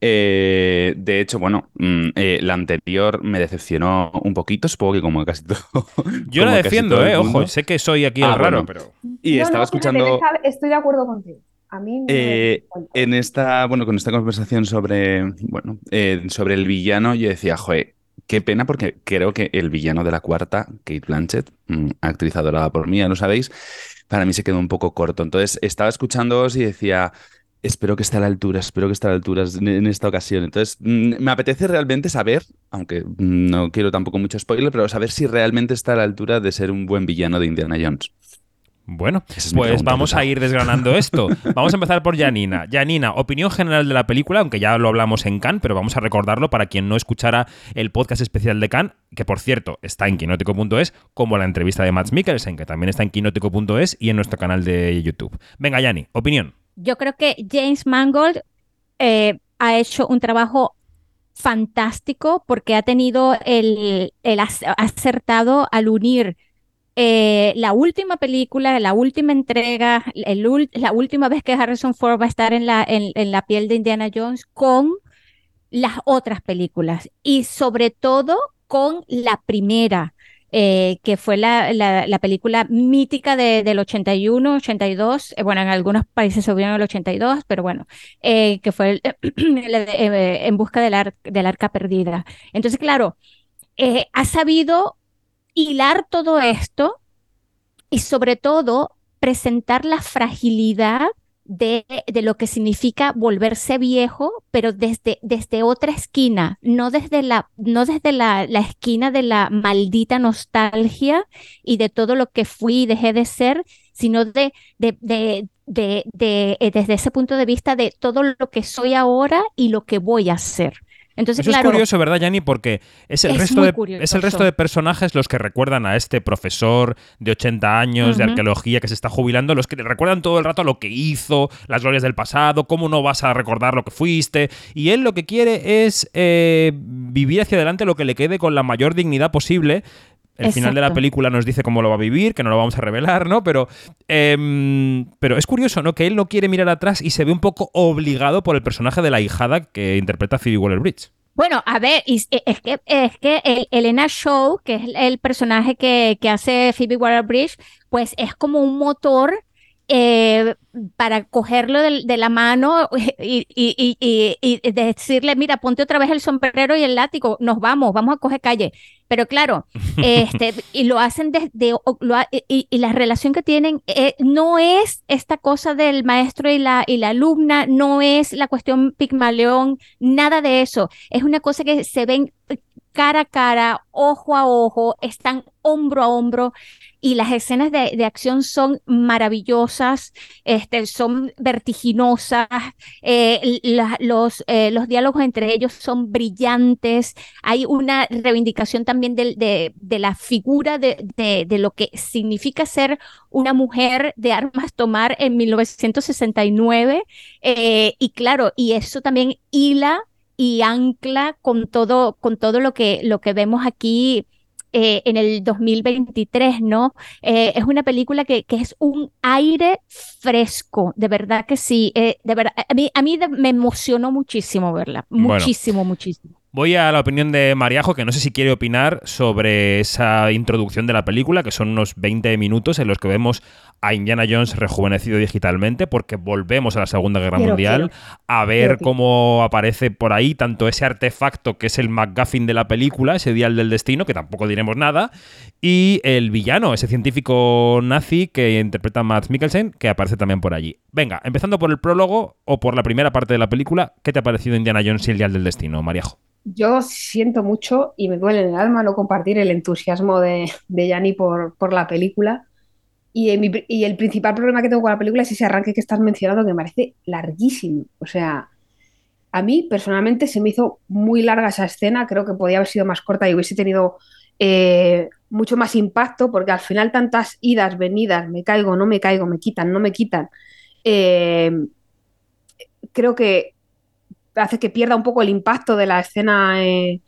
[SPEAKER 10] De hecho, bueno, la anterior me decepcionó un poquito, supongo que como casi todo.
[SPEAKER 1] Yo la defiendo, ojo, sé que soy aquí el raro, pero...
[SPEAKER 10] Y estaba escuchando...
[SPEAKER 9] Estoy de acuerdo contigo. A mí
[SPEAKER 10] con esta conversación sobre, sobre el villano, yo decía, joder, qué pena, porque creo que el villano de la cuarta, Cate Blanchett, actriz adorada por mí, ya lo sabéis, para mí se quedó un poco corto. Entonces estaba escuchándoos y decía... Espero que esté a la altura en esta ocasión. Entonces, me apetece realmente saber, aunque no quiero tampoco mucho spoiler, pero saber si realmente está a la altura de ser un buen villano de Indiana Jones.
[SPEAKER 1] Bueno, pues vamos a ir desgranando esto. Vamos a empezar por Janina. Janina, opinión general de la película, aunque ya lo hablamos en Cannes, pero vamos a recordarlo para quien no escuchara el podcast especial de Cannes, que por cierto está en quinótico.es, como la entrevista de Mads Mikkelsen, que también está en quinótico.es y en nuestro canal de YouTube. Venga, Jani, opinión.
[SPEAKER 8] Yo creo que James Mangold ha hecho un trabajo fantástico porque ha tenido acertado al unir la última película, la última entrega, la última vez que Harrison Ford va a estar en la piel de Indiana Jones con las otras películas y sobre todo con la primera. Que fue la película mítica del 81, 82, bueno, en algunos países se vio en el 82, pero bueno, que fue En busca del arca perdida. Entonces, claro, ha sabido hilar todo esto y sobre todo presentar la fragilidad de lo que significa volverse viejo, pero desde otra esquina, no desde la esquina de la maldita nostalgia y de todo lo que fui y dejé de ser, sino desde ese punto de vista de todo lo que soy ahora y lo que voy a hacer. Entonces,
[SPEAKER 1] eso
[SPEAKER 8] claro,
[SPEAKER 1] es curioso, ¿verdad, Jani? Porque es el resto de personajes los que recuerdan a este profesor de 80 años de arqueología que se está jubilando, los que te recuerdan todo el rato lo que hizo, las glorias del pasado, cómo no vas a recordar lo que fuiste. Y él lo que quiere es vivir hacia adelante lo que le quede con la mayor dignidad posible. El final de la película nos dice cómo lo va a vivir, que no lo vamos a revelar, ¿no? Pero es curioso, ¿no? Que él no quiere mirar atrás y se ve un poco obligado por el personaje de la ahijada que interpreta Phoebe Waller-Bridge.
[SPEAKER 8] Bueno, a ver, es que Elena Shaw, que es el personaje que hace Phoebe Waller-Bridge, pues es como un motor para cogerlo de la mano y decirle, mira, ponte otra vez el sombrero y el látigo, vamos a coger calle. Pero claro, y lo hacen y la relación que tienen no es esta cosa del maestro y la alumna, no es la cuestión Pigmalión, nada de eso. Es una cosa que se ven cara a cara, ojo a ojo, están hombro a hombro. Y las escenas de acción son maravillosas, son vertiginosas, los diálogos entre ellos son brillantes. Hay una reivindicación también de la figura de lo que significa ser una mujer de armas tomar en 1969. Y claro, y eso también hila y ancla con todo lo que vemos aquí en el 2023, ¿no? Es una película que es un aire fresco, de verdad que sí. De verdad, a mí me emocionó muchísimo verla, muchísimo.
[SPEAKER 1] Voy a la opinión de Mariajo, que no sé si quiere opinar sobre esa introducción de la película, que son unos 20 minutos en los que vemos a Indiana Jones rejuvenecido digitalmente, porque volvemos a la Segunda Guerra Mundial a ver cómo aparece por ahí tanto ese artefacto que es el MacGuffin de la película, ese dial del destino, que tampoco diremos nada, y el villano, ese científico nazi que interpreta Mads Mikkelsen, que aparece también por allí. Venga, empezando por el prólogo o por la primera parte de la película, ¿qué te ha parecido Indiana Jones y el dial del destino, Mariajo?
[SPEAKER 9] Yo siento mucho y me duele en el alma no compartir el entusiasmo de Jani por la película. Y el principal problema que tengo con la película es ese arranque que estás mencionando, que me parece larguísimo. O sea, a mí personalmente se me hizo muy larga esa escena. Creo que podía haber sido más corta y hubiese tenido mucho más impacto, porque al final tantas idas, venidas, me caigo, no me caigo, me quitan, no me quitan, eh, creo que hace que pierda un poco el impacto de la escena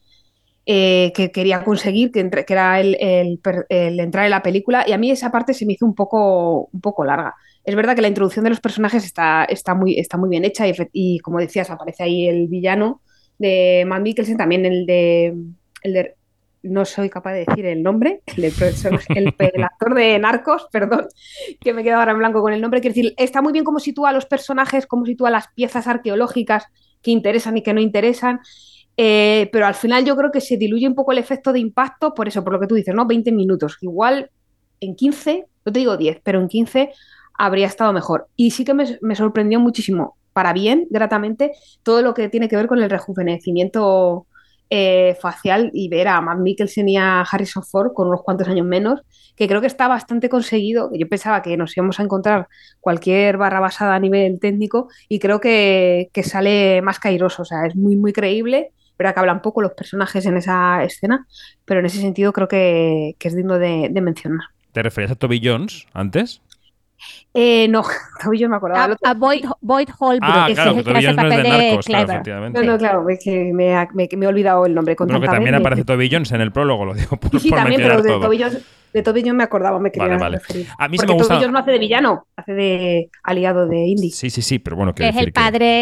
[SPEAKER 9] que quería conseguir, que era el entrar en la película, y a mí esa parte se me hizo un poco larga. Es verdad que la introducción de los personajes está muy bien hecha y, como decías, aparece ahí el villano de Matt Mikkelsen, también el de no soy capaz de decir el nombre, el actor de Narcos, perdón, que me quedo ahora en blanco con el nombre. Quiero decir, está muy bien cómo sitúa a los personajes, cómo sitúa las piezas arqueológicas que interesan y que no interesan. Pero al final yo creo que se diluye un poco el efecto de impacto por eso, por lo que tú dices, ¿no? 20 minutos. Igual en 15, no te digo 10, pero en 15 habría estado mejor. Y sí que me sorprendió muchísimo, para bien, gratamente, todo lo que tiene que ver con el rejuvenecimiento facial y ver a Matt Mikkelsen y a Harrison Ford con unos cuantos años menos, que creo que está bastante conseguido. Yo pensaba que nos íbamos a encontrar cualquier barra basada a nivel técnico y creo que sale más cairoso, o sea, es muy, muy creíble. Pero que hablan poco los personajes en esa escena, pero en ese sentido creo que es digno de mencionar.
[SPEAKER 1] ¿Te referías a Toby Jones antes?
[SPEAKER 9] No, yo me acordaba.
[SPEAKER 8] A Boyd Holbrook,
[SPEAKER 1] claro,
[SPEAKER 8] que
[SPEAKER 1] que Toby Jones no es de Narcos, claro, efectivamente.
[SPEAKER 9] No, claro, es que me he olvidado el nombre.
[SPEAKER 1] Pero que también aparece Toby Jones en el prólogo, lo digo por
[SPEAKER 9] sí, también, pero
[SPEAKER 1] todo.
[SPEAKER 9] de Toby Jones me acordaba, me quería referir.
[SPEAKER 1] A mí
[SPEAKER 9] porque
[SPEAKER 1] sí me gusta...
[SPEAKER 9] Toby Jones no hace de villano, hace de aliado de Indy.
[SPEAKER 1] Sí, pero bueno,
[SPEAKER 8] que es el padre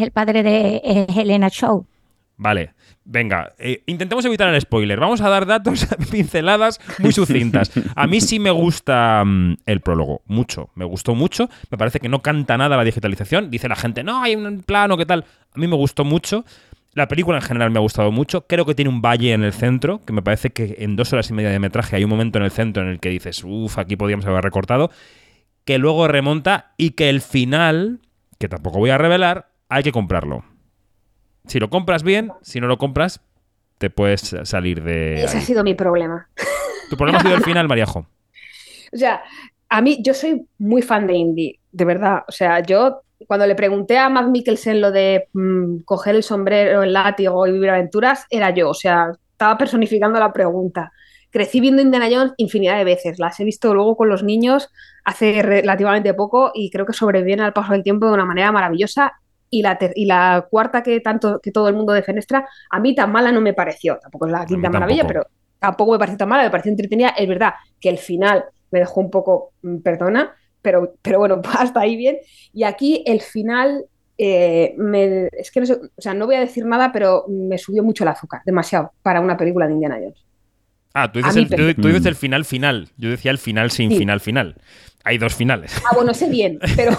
[SPEAKER 8] de Helena Shaw.
[SPEAKER 1] Vale, venga, intentemos evitar el spoiler. Vamos a dar datos, pinceladas muy sucintas. A mí sí me gusta el prólogo, mucho. Me gustó mucho. Me parece que no canta nada la digitalización. Dice la gente, no, hay un plano, ¿qué tal? A mí me gustó mucho. La película en general me ha gustado mucho. Creo que tiene un valle en el centro, que me parece que en 2 horas y media de metraje hay un momento en el centro en el que dices, aquí podríamos haber recortado. Que luego remonta y que el final, que tampoco voy a revelar, hay que comprarlo. Si lo compras bien, si no lo compras, te puedes salir de
[SPEAKER 9] Ese
[SPEAKER 1] ahí.
[SPEAKER 9] ha sido mi problema.
[SPEAKER 1] ¿Tu problema ha sido el final, Mariajo?
[SPEAKER 9] O sea, yo soy muy fan de Indy, de verdad. O sea, yo cuando le pregunté a Matt Mikkelsen lo de coger el sombrero, el látigo y vivir aventuras, era yo. O sea, estaba personificando la pregunta. Crecí viendo Indiana Jones infinidad de veces. Las he visto luego con los niños hace relativamente poco y creo que sobreviven al paso del tiempo de una manera maravillosa. Y la cuarta que todo el mundo defenestra, a mí tan mala no me pareció. Tampoco es la quinta maravilla, pero tampoco me pareció tan mala, me pareció entretenida. Es verdad que el final me dejó un poco, perdona, pero bueno, hasta ahí bien. Y aquí el final, es que no sé, o sea, no voy a decir nada, pero me subió mucho el azúcar, demasiado, para una película de Indiana Jones.
[SPEAKER 1] Tú dices el final. Yo decía el final sin final. Hay 2 finales.
[SPEAKER 9] Bueno, sé bien, pero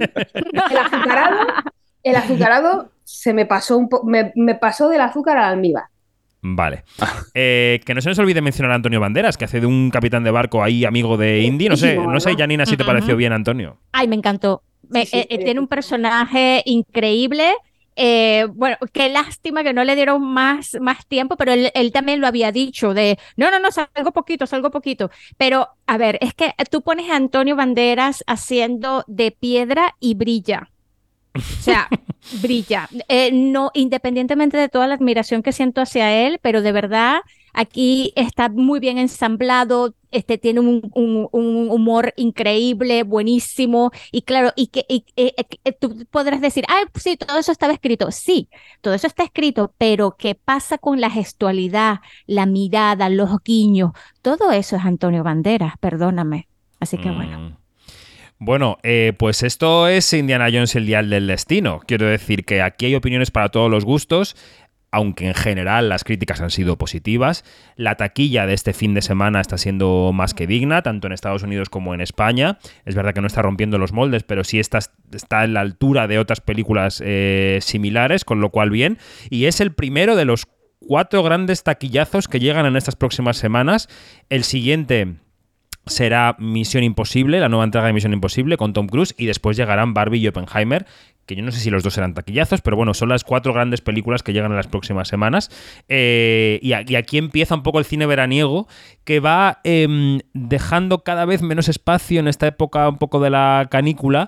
[SPEAKER 9] el azucarado se me pasó me pasó del azúcar al almíbar.
[SPEAKER 1] Vale. Que no se nos olvide mencionar a Antonio Banderas, que hace de un capitán de barco ahí, amigo de Indy. No sé, Janina, si te pareció bien, Antonio.
[SPEAKER 8] Ay, me encantó. Tiene un personaje increíble. Bueno, qué lástima que no le dieron más tiempo, pero él también lo había dicho de, no, salgo poquito. Pero, a ver, es que tú pones a Antonio Banderas haciendo de piedra y brilla. O sea, brilla. No, independientemente de toda la admiración que siento hacia él, pero de verdad, aquí está muy bien ensamblado, tiene un humor increíble, buenísimo, y claro, tú podrás decir, sí, todo eso estaba escrito. Sí, todo eso está escrito, pero ¿qué pasa con la gestualidad, la mirada, los guiños? Todo eso es Antonio Banderas, perdóname. Así que bueno.
[SPEAKER 1] Bueno, pues esto es Indiana Jones y el Dial del Destino. Quiero decir que aquí hay opiniones para todos los gustos, aunque en general las críticas han sido positivas. La taquilla de este fin de semana está siendo más que digna, tanto en Estados Unidos como en España. Es verdad que no está rompiendo los moldes, pero sí está en la altura de otras películas similares, con lo cual bien. Y es el primero de los 4 grandes taquillazos que llegan en estas próximas semanas. El siguiente será Misión Imposible, la nueva entrega de Misión Imposible con Tom Cruise, y después llegarán Barbie y Oppenheimer, que yo no sé si los 2 serán taquillazos, pero bueno, son las 4 grandes películas que llegan en las próximas semanas. Y aquí empieza un poco el cine veraniego, que va dejando cada vez menos espacio en esta época un poco de la canícula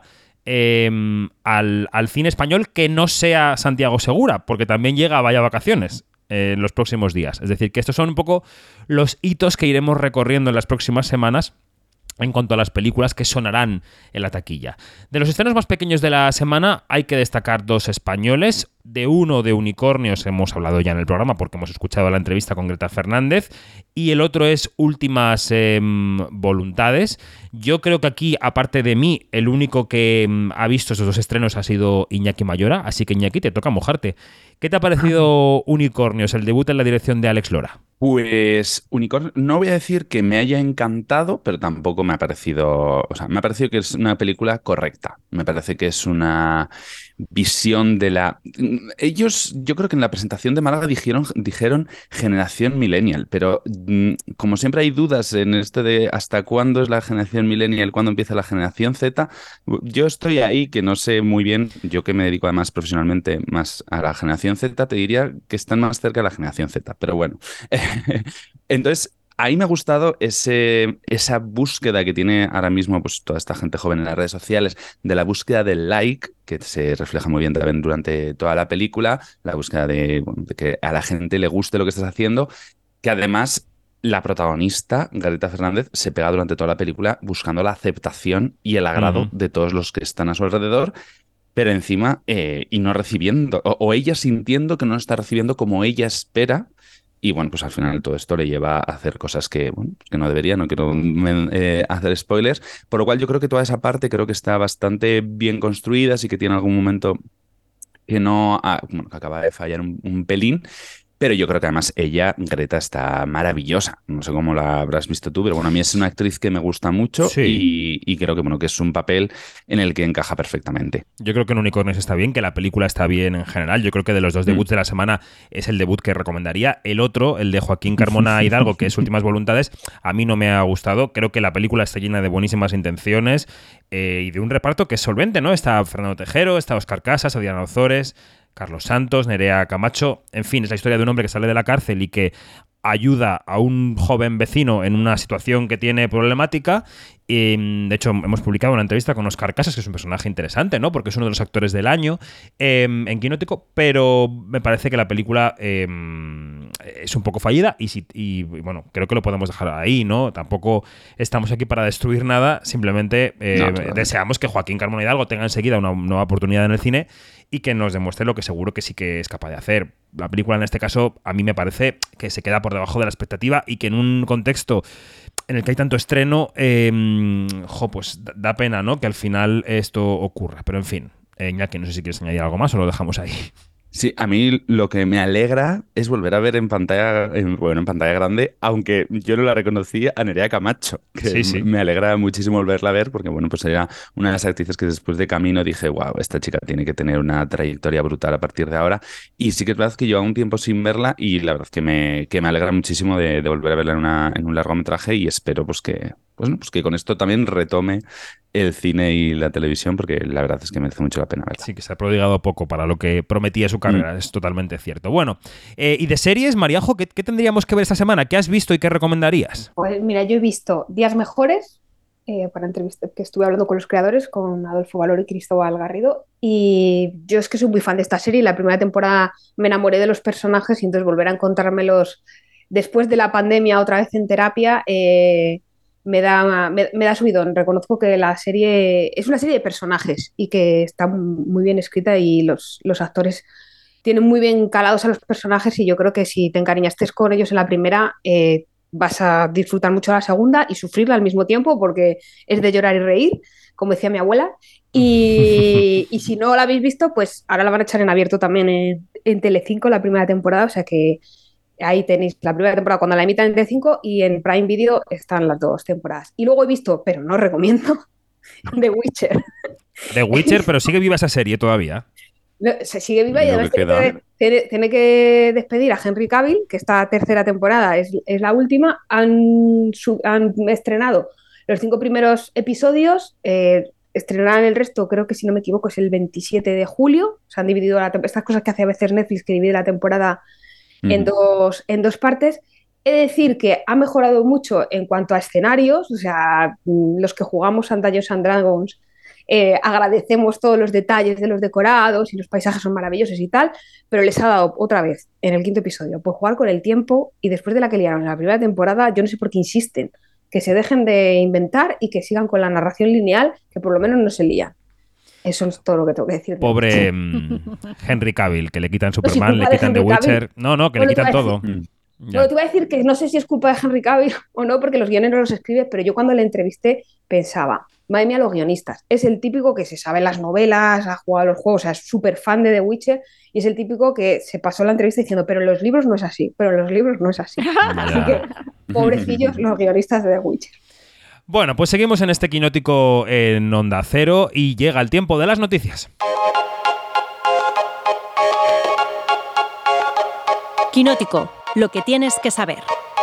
[SPEAKER 1] al cine español que no sea Santiago Segura, porque también llega a Vaya Vacaciones. en los próximos días. Es decir, que estos son un poco los hitos que iremos recorriendo en las próximas semanas en cuanto a las películas que sonarán en la taquilla. De los estrenos más pequeños de la semana hay que destacar 2 españoles. De uno de Unicornios hemos hablado ya en el programa porque hemos escuchado la entrevista con Greta Fernández, y el otro es Últimas Voluntades. Yo creo que aquí, aparte de mí, el único que ha visto esos 2 estrenos ha sido Iñaki Mayora, así que Iñaki, te toca mojarte. ¿Qué te ha parecido Unicornios, el debut en la dirección de Alex Lora?
[SPEAKER 10] Pues Unicornio, no voy a decir que me haya encantado, pero tampoco me ha parecido, o sea, me ha parecido que es una película correcta. Me parece que es una visión de la... Ellos, yo creo que en la presentación de Málaga dijeron generación millennial, pero como siempre hay dudas en este de hasta cuándo es la generación millennial, cuándo empieza la generación Z, yo estoy ahí que no sé muy bien, yo que me dedico además profesionalmente más a la generación Z, te diría que están más cerca de la generación Z, pero bueno. Entonces, ahí me ha gustado esa búsqueda que tiene ahora mismo pues, toda esta gente joven en las redes sociales, de la búsqueda del like, que se refleja muy bien también durante toda la película, la búsqueda de que a la gente le guste lo que estás haciendo, que además la protagonista, Greta Fernández, se pega durante toda la película buscando la aceptación y el agrado de todos los que están a su alrededor, pero encima, y no recibiendo, o ella sintiendo que no está recibiendo como ella espera. Y bueno, pues al final todo esto le lleva a hacer cosas que, bueno, que no debería, no quiero hacer spoilers, por lo cual yo creo que toda esa parte creo que está bastante bien construida, sí que tiene algún momento que no, bueno, que acaba de fallar un pelín, pero yo creo que además ella, Greta, está maravillosa. No sé cómo la habrás visto tú, pero bueno, a mí es una actriz que me gusta mucho y creo que, bueno, que es un papel en el que encaja perfectamente.
[SPEAKER 1] Yo creo que en Unicornios está bien, que la película está bien en general. Yo creo que de los 2 debuts de la semana es el debut que recomendaría. El otro, el de Joaquín Carmona Hidalgo, que es Últimas Voluntades, a mí no me ha gustado. Creo que la película está llena de buenísimas intenciones y de un reparto que es solvente, ¿no? Está Fernando Tejero, está Óscar Casas, Adriana Ozores, Carlos Santos, Nerea Camacho. En fin, es la historia de un hombre que sale de la cárcel y que ayuda a un joven vecino en una situación que tiene problemática. Y, de hecho, hemos publicado una entrevista con Óscar Casas, que es un personaje interesante, ¿no? Porque es uno de los actores del año en Quinótico, pero me parece que la película es un poco fallida y bueno, creo que lo podemos dejar ahí, ¿no? Tampoco estamos aquí para destruir nada, simplemente deseamos que Joaquín Carmona Hidalgo tenga enseguida una nueva oportunidad en el cine y que nos demuestre lo que seguro que sí que es capaz de hacer. La película en este caso a mí me parece que se queda por debajo de la expectativa y que en un contexto en el que hay tanto estreno, pues da pena, ¿no? Que al final esto ocurra. Pero en fin, Iñaki, no sé si quieres añadir algo más o lo dejamos ahí.
[SPEAKER 10] Sí, a mí lo que me alegra es volver a ver en pantalla grande, aunque yo no la reconocí, a Nerea Camacho, que sí. Me alegra muchísimo volverla a ver, porque bueno, pues era una de las actrices que después de Camino dije, wow, esta chica tiene que tener una trayectoria brutal a partir de ahora. Y sí que es verdad que llevo un tiempo sin verla y la verdad es que me alegra muchísimo de volver a verla en un largometraje y espero pues que con esto también retome el cine y la televisión, porque la verdad es que merece mucho la pena verla.
[SPEAKER 1] Sí, que se ha prodigado poco para lo que prometía su carrera, es totalmente cierto. Bueno, y de series, Mariajo, ¿qué tendríamos que ver esta semana? ¿Qué has visto y qué recomendarías?
[SPEAKER 9] Pues mira, yo he visto Días Mejores, para entrevista que estuve hablando con los creadores, con Adolfo Valor y Cristóbal Garrido, y yo es que soy muy fan de esta serie. La primera temporada me enamoré de los personajes y entonces volver a encontrármelos después de la pandemia otra vez en terapia me da subidón. Reconozco que la serie es una serie de personajes y que está muy bien escrita y los actores tienen muy bien calados a los personajes y yo creo que si te encariñaste con ellos en la primera, vas a disfrutar mucho la segunda y sufrirla al mismo tiempo porque es de llorar y reír, como decía mi abuela. Y si no la habéis visto, pues ahora la van a echar en abierto también en Telecinco la primera temporada, o sea que ahí tenéis la primera temporada cuando la emitan en Telecinco y en Prime Video están las 2 temporadas. Y luego he visto, pero no recomiendo, The Witcher.
[SPEAKER 1] The Witcher, pero sigue viva esa serie todavía.
[SPEAKER 9] Se sigue viva y además tiene que despedir a Henry Cavill, que esta tercera temporada es la última. Han estrenado los 5 primeros episodios, estrenarán el resto, creo que si no me equivoco es el 27 de julio. Se han dividido estas cosas que hace a veces Netflix, que divide la temporada en dos partes. He de decir que ha mejorado mucho en cuanto a escenarios, o sea, los que jugamos a Dungeons and Dragons agradecemos todos los detalles de los decorados y los paisajes son maravillosos y tal, pero les ha dado otra vez, en el 5º episodio, por jugar con el tiempo y después de la que liaron en la primera temporada, yo no sé por qué insisten, que se dejen de inventar y que sigan con la narración lineal, que por lo menos no se lían. Eso es todo lo que tengo que decir.
[SPEAKER 1] Pobre Henry Cavill, que le quitan Superman, le quitan The Witcher. No, que le quitan todo.
[SPEAKER 9] Bueno, te iba a decir que no sé si es culpa de Henry Cavill o no, porque los guiones no los escribe, pero yo cuando le entrevisté pensaba, madre mía, los guionistas, es el típico que se sabe las novelas, ha jugado a los juegos, o sea, es súper fan de The Witcher, y es el típico que se pasó la entrevista diciendo, pero en los libros no es así, pero en los libros no es así. Así que, pobrecillos los guionistas de The Witcher.
[SPEAKER 1] Bueno, pues seguimos en este Quinótico en Onda Cero y llega el tiempo de las noticias.
[SPEAKER 2] Quinótico, lo que tienes que saber.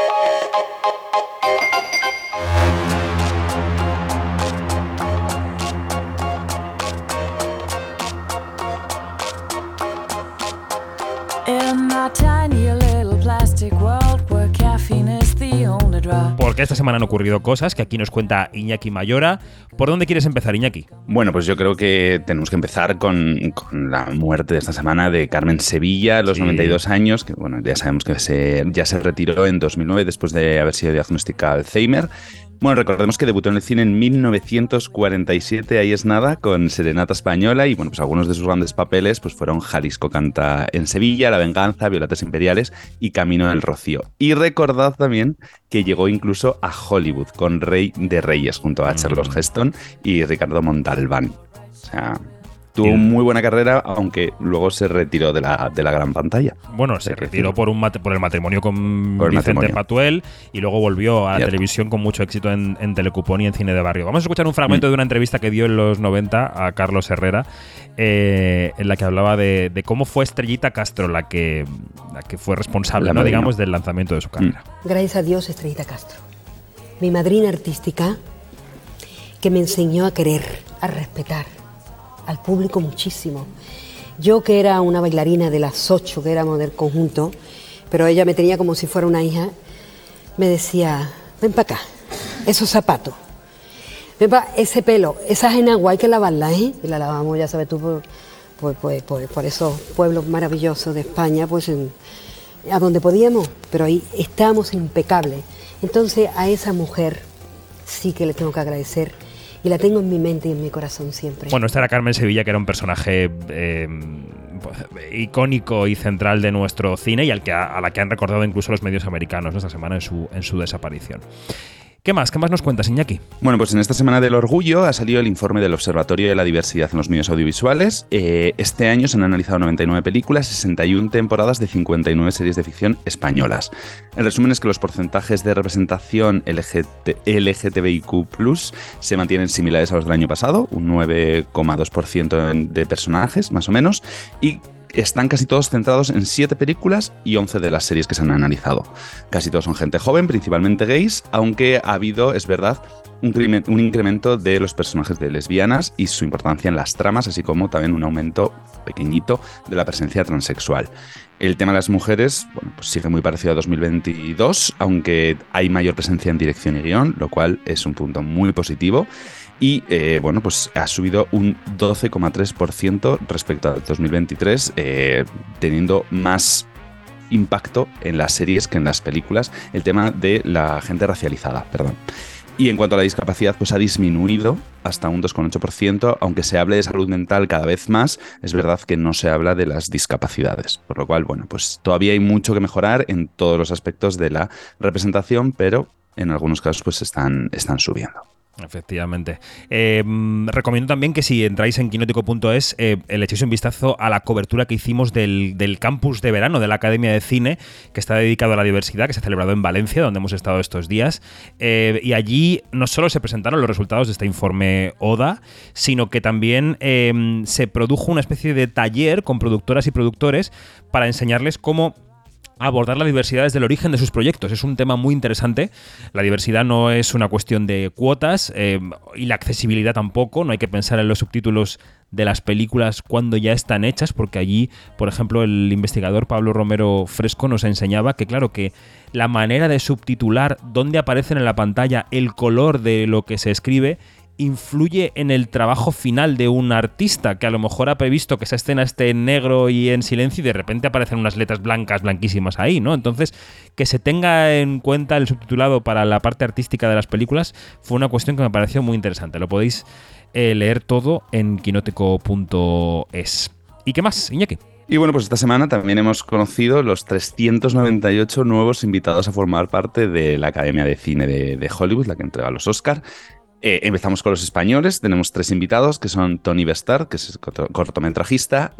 [SPEAKER 1] Porque esta semana han ocurrido cosas que aquí nos cuenta Iñaki Mayora. ¿Por dónde quieres empezar, Iñaki?
[SPEAKER 10] Bueno, pues yo creo que tenemos que empezar con la muerte de esta semana de Carmen Sevilla, a los 92 años, que bueno, ya sabemos que ya se retiró en 2009 después de haber sido diagnosticada Alzheimer. Bueno, recordemos que debutó en el cine en 1947, ahí es nada, con Serenata Española, y bueno, pues algunos de sus grandes papeles pues fueron Jalisco canta en Sevilla, La venganza, Violetas imperiales y Camino del Rocío. Y recordad también que llegó incluso a Hollywood con Rey de Reyes junto a Charlton Heston y Ricardo Montalbán. O sea, tuvo muy buena carrera, aunque luego se retiró de la gran pantalla.
[SPEAKER 1] Bueno, se retiró por el matrimonio con Vicente Patuel y luego volvió a la televisión con mucho éxito en Telecupón y en Cine de Barrio. Vamos a escuchar un fragmento de una entrevista que dio en los 90 a Carlos Herrera, en la que hablaba de cómo fue Estrellita Castro la que fue responsable, ¿no? digamos, del lanzamiento de su carrera.
[SPEAKER 17] Gracias a Dios, Estrellita Castro. Mi madrina artística, que me enseñó a querer, a respetar al público muchísimo. Yo, que era una bailarina de las 8 que éramos del conjunto, pero ella me tenía como si fuera una hija, me decía, ven para acá, esos zapatos, ven para ese pelo, esa enagua hay que lavarla, ¿eh? Y la lavamos, ya sabes tú, por esos pueblos maravillosos de España, pues a donde podíamos, pero ahí estábamos impecables. Entonces a esa mujer sí que le tengo que agradecer, y la tengo en mi mente y en mi corazón siempre.
[SPEAKER 1] Bueno, esta era Carmen Sevilla, que era un personaje icónico y central de nuestro cine y a la que han recordado incluso los medios americanos, ¿no? Esta semana en su desaparición. ¿Qué más nos cuentas, Iñaki?
[SPEAKER 10] Bueno, pues en esta Semana del Orgullo ha salido el informe del Observatorio de la Diversidad en los Medios Audiovisuales. Este año se han analizado 99 películas, 61 temporadas de 59 series de ficción españolas. El resumen es que los porcentajes de representación LGTBIQ+ se mantienen similares a los del año pasado, un 9,2% de personajes, más o menos, y están casi todos centrados en 7 películas y 11 de las series que se han analizado. Casi todos son gente joven, principalmente gays, aunque ha habido, es verdad, un incremento de los personajes de lesbianas y su importancia en las tramas, así como también un aumento pequeñito de la presencia transexual. El tema de las mujeres, bueno, pues sigue muy parecido a 2022, aunque hay mayor presencia en dirección y guión, lo cual es un punto muy positivo. Y bueno, pues ha subido un 12,3% respecto al 2023, teniendo más impacto en las series que en las películas el tema de la gente racializada, perdón. Y en cuanto a la discapacidad, pues ha disminuido hasta un 2,8%, aunque se hable de salud mental cada vez más, es verdad que no se habla de las discapacidades. Por lo cual, bueno, pues todavía hay mucho que mejorar en todos los aspectos de la representación, pero en algunos casos pues están subiendo.
[SPEAKER 1] Efectivamente. Recomiendo también que si entráis en quinótico.es le echéis un vistazo a la cobertura que hicimos del campus de verano de la Academia de Cine, que está dedicado a la diversidad, que se ha celebrado en Valencia, donde hemos estado estos días. Y allí no solo se presentaron los resultados de este informe ODA, sino que también se produjo una especie de taller con productoras y productores para enseñarles cómo abordar la diversidad desde el origen de sus proyectos. Es un tema muy interesante. La diversidad no es una cuestión de cuotas y la accesibilidad tampoco. No hay que pensar en los subtítulos de las películas cuando ya están hechas, porque allí, por ejemplo, el investigador Pablo Romero Fresco nos enseñaba que, claro, que la manera de subtitular, dónde aparecen en la pantalla, el color de lo que se escribe, influye en el trabajo final de un artista, que a lo mejor ha previsto que esa escena esté en negro y en silencio y de repente aparecen unas letras blancas, blanquísimas ahí, ¿no? Entonces, que se tenga en cuenta el subtitulado para la parte artística de las películas fue una cuestión que me pareció muy interesante. Lo podéis leer todo en quinótico.es. ¿Y qué más, Iñaki?
[SPEAKER 10] Y bueno, pues esta semana también hemos conocido los 398 nuevos invitados a formar parte de la Academia de Cine de Hollywood, la que entrega los Oscar. Empezamos con los españoles. Tenemos 3 invitados, que son Toni Bestard, que es cortometrajista,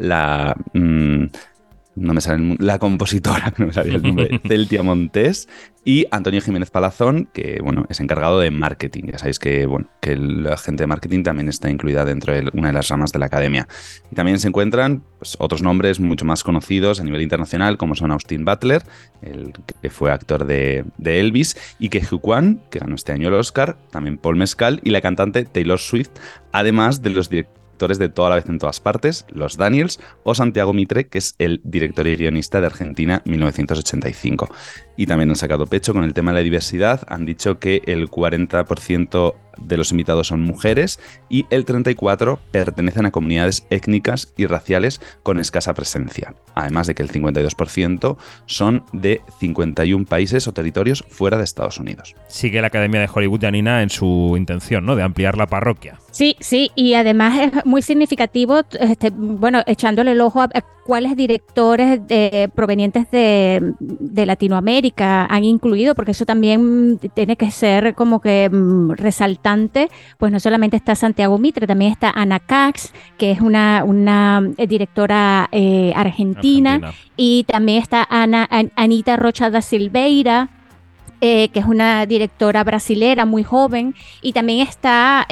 [SPEAKER 10] la compositora, que no me sabía el nombre, Celtia Montés, y Antonio Jiménez Palazón, que bueno, es encargado de marketing. Ya sabéis que, bueno, que la gente de marketing también está incluida dentro de una de las ramas de la academia. Y también se encuentran pues, otros nombres mucho más conocidos a nivel internacional, como son Austin Butler, el que fue actor de Elvis, y Ke Huy Quan, que ganó este año el Oscar, también Paul Mescal, y la cantante Taylor Swift, además de los directores de Toda la vez en todas partes, los Daniels, o Santiago Mitre, que es el director y guionista de Argentina 1985. Y también han sacado pecho con el tema de la diversidad. Han dicho que el 40% de los invitados son mujeres y el 34% pertenecen a comunidades étnicas y raciales con escasa presencia. Además de que el 52% son de 51 países o territorios fuera de Estados Unidos.
[SPEAKER 1] Sigue la Academia de Hollywood, Janina, en su intención, ¿no?, de ampliar la parroquia.
[SPEAKER 8] Sí, y además es muy significativo, bueno, echándole el ojo a cuáles directores provenientes de Latinoamérica han incluido, porque eso también tiene que ser como que resaltante. Pues no solamente está Santiago Mitre, también está Ana Cax, que es una directora argentina, y también está Anita Rocha da Silveira, que es una directora brasilera muy joven, y también está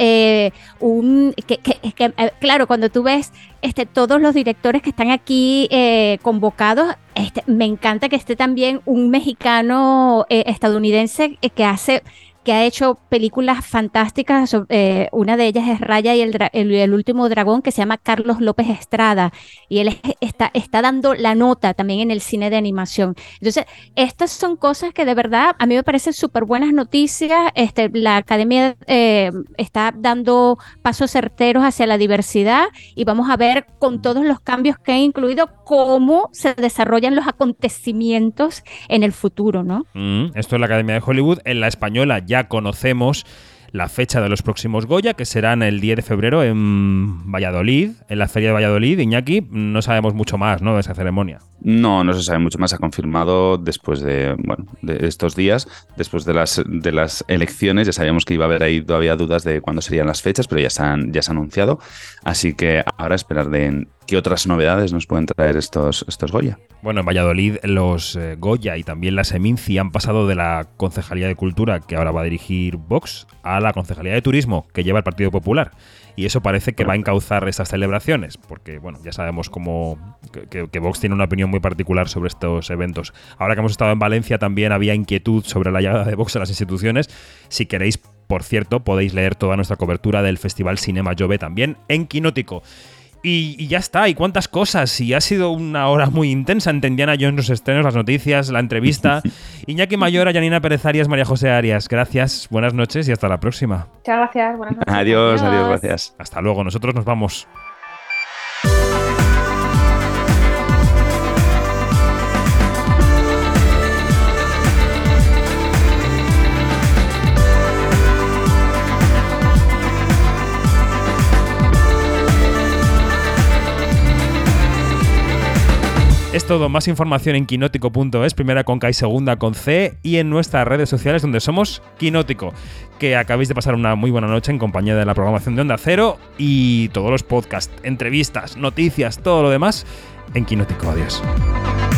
[SPEAKER 8] claro, cuando tú ves todos los directores que están aquí convocados, me encanta que esté también un mexicano estadounidense que ha hecho películas fantásticas. Una de ellas es Raya y el último dragón, que se llama Carlos López Estrada, y él está dando la nota también en el cine de animación. Entonces, estas son cosas que de verdad a mí me parecen súper buenas noticias. La academia está dando pasos certeros hacia la diversidad, y vamos a ver con todos los cambios que han incluido cómo se desarrollan los acontecimientos en el futuro, ¿no?
[SPEAKER 1] Esto es la Academia de Hollywood. En la española ya conocemos la fecha de los próximos Goya, que serán el 10 de febrero en Valladolid, en la Feria de Valladolid. Iñaki, no sabemos mucho más, ¿no?, de esa ceremonia.
[SPEAKER 10] No se sabe mucho más. Se ha confirmado después de estos días, después de las elecciones. Ya sabíamos que iba a haber ahí todavía dudas de cuándo serían las fechas, pero ya se ha anunciado. Así que ahora esperar de qué otras novedades nos pueden traer estos Goya.
[SPEAKER 1] Bueno, en Valladolid los Goya y también la Seminci han pasado de la Concejalía de Cultura, que ahora va a dirigir Vox, a la Concejalía de Turismo, que lleva el Partido Popular. Y eso parece que va a encauzar estas celebraciones, porque bueno, ya sabemos que Vox tiene una opinión muy particular sobre estos eventos. Ahora que hemos estado en Valencia también había inquietud sobre la llegada de Vox a las instituciones. Si queréis, por cierto, podéis leer toda nuestra cobertura del Festival Cinema Jove también en Quinótico. Y ya está, y cuántas cosas, y ha sido una hora muy intensa entre Indiana Jones, los estrenos, las noticias, la entrevista. Iñaki Mayora, Janina Pérez Arias, María José Arias, gracias, buenas noches y hasta la próxima.
[SPEAKER 9] Muchas gracias, buenas noches.
[SPEAKER 10] Adiós, gracias.
[SPEAKER 1] Hasta luego, nosotros nos vamos. Es todo, más información en quinótico.es, primera con K y segunda con C, y en nuestras redes sociales, donde somos Quinótico. Que acabéis de pasar una muy buena noche en compañía de la programación de Onda Cero y todos los podcasts, entrevistas, noticias, todo lo demás en Quinótico. Adiós.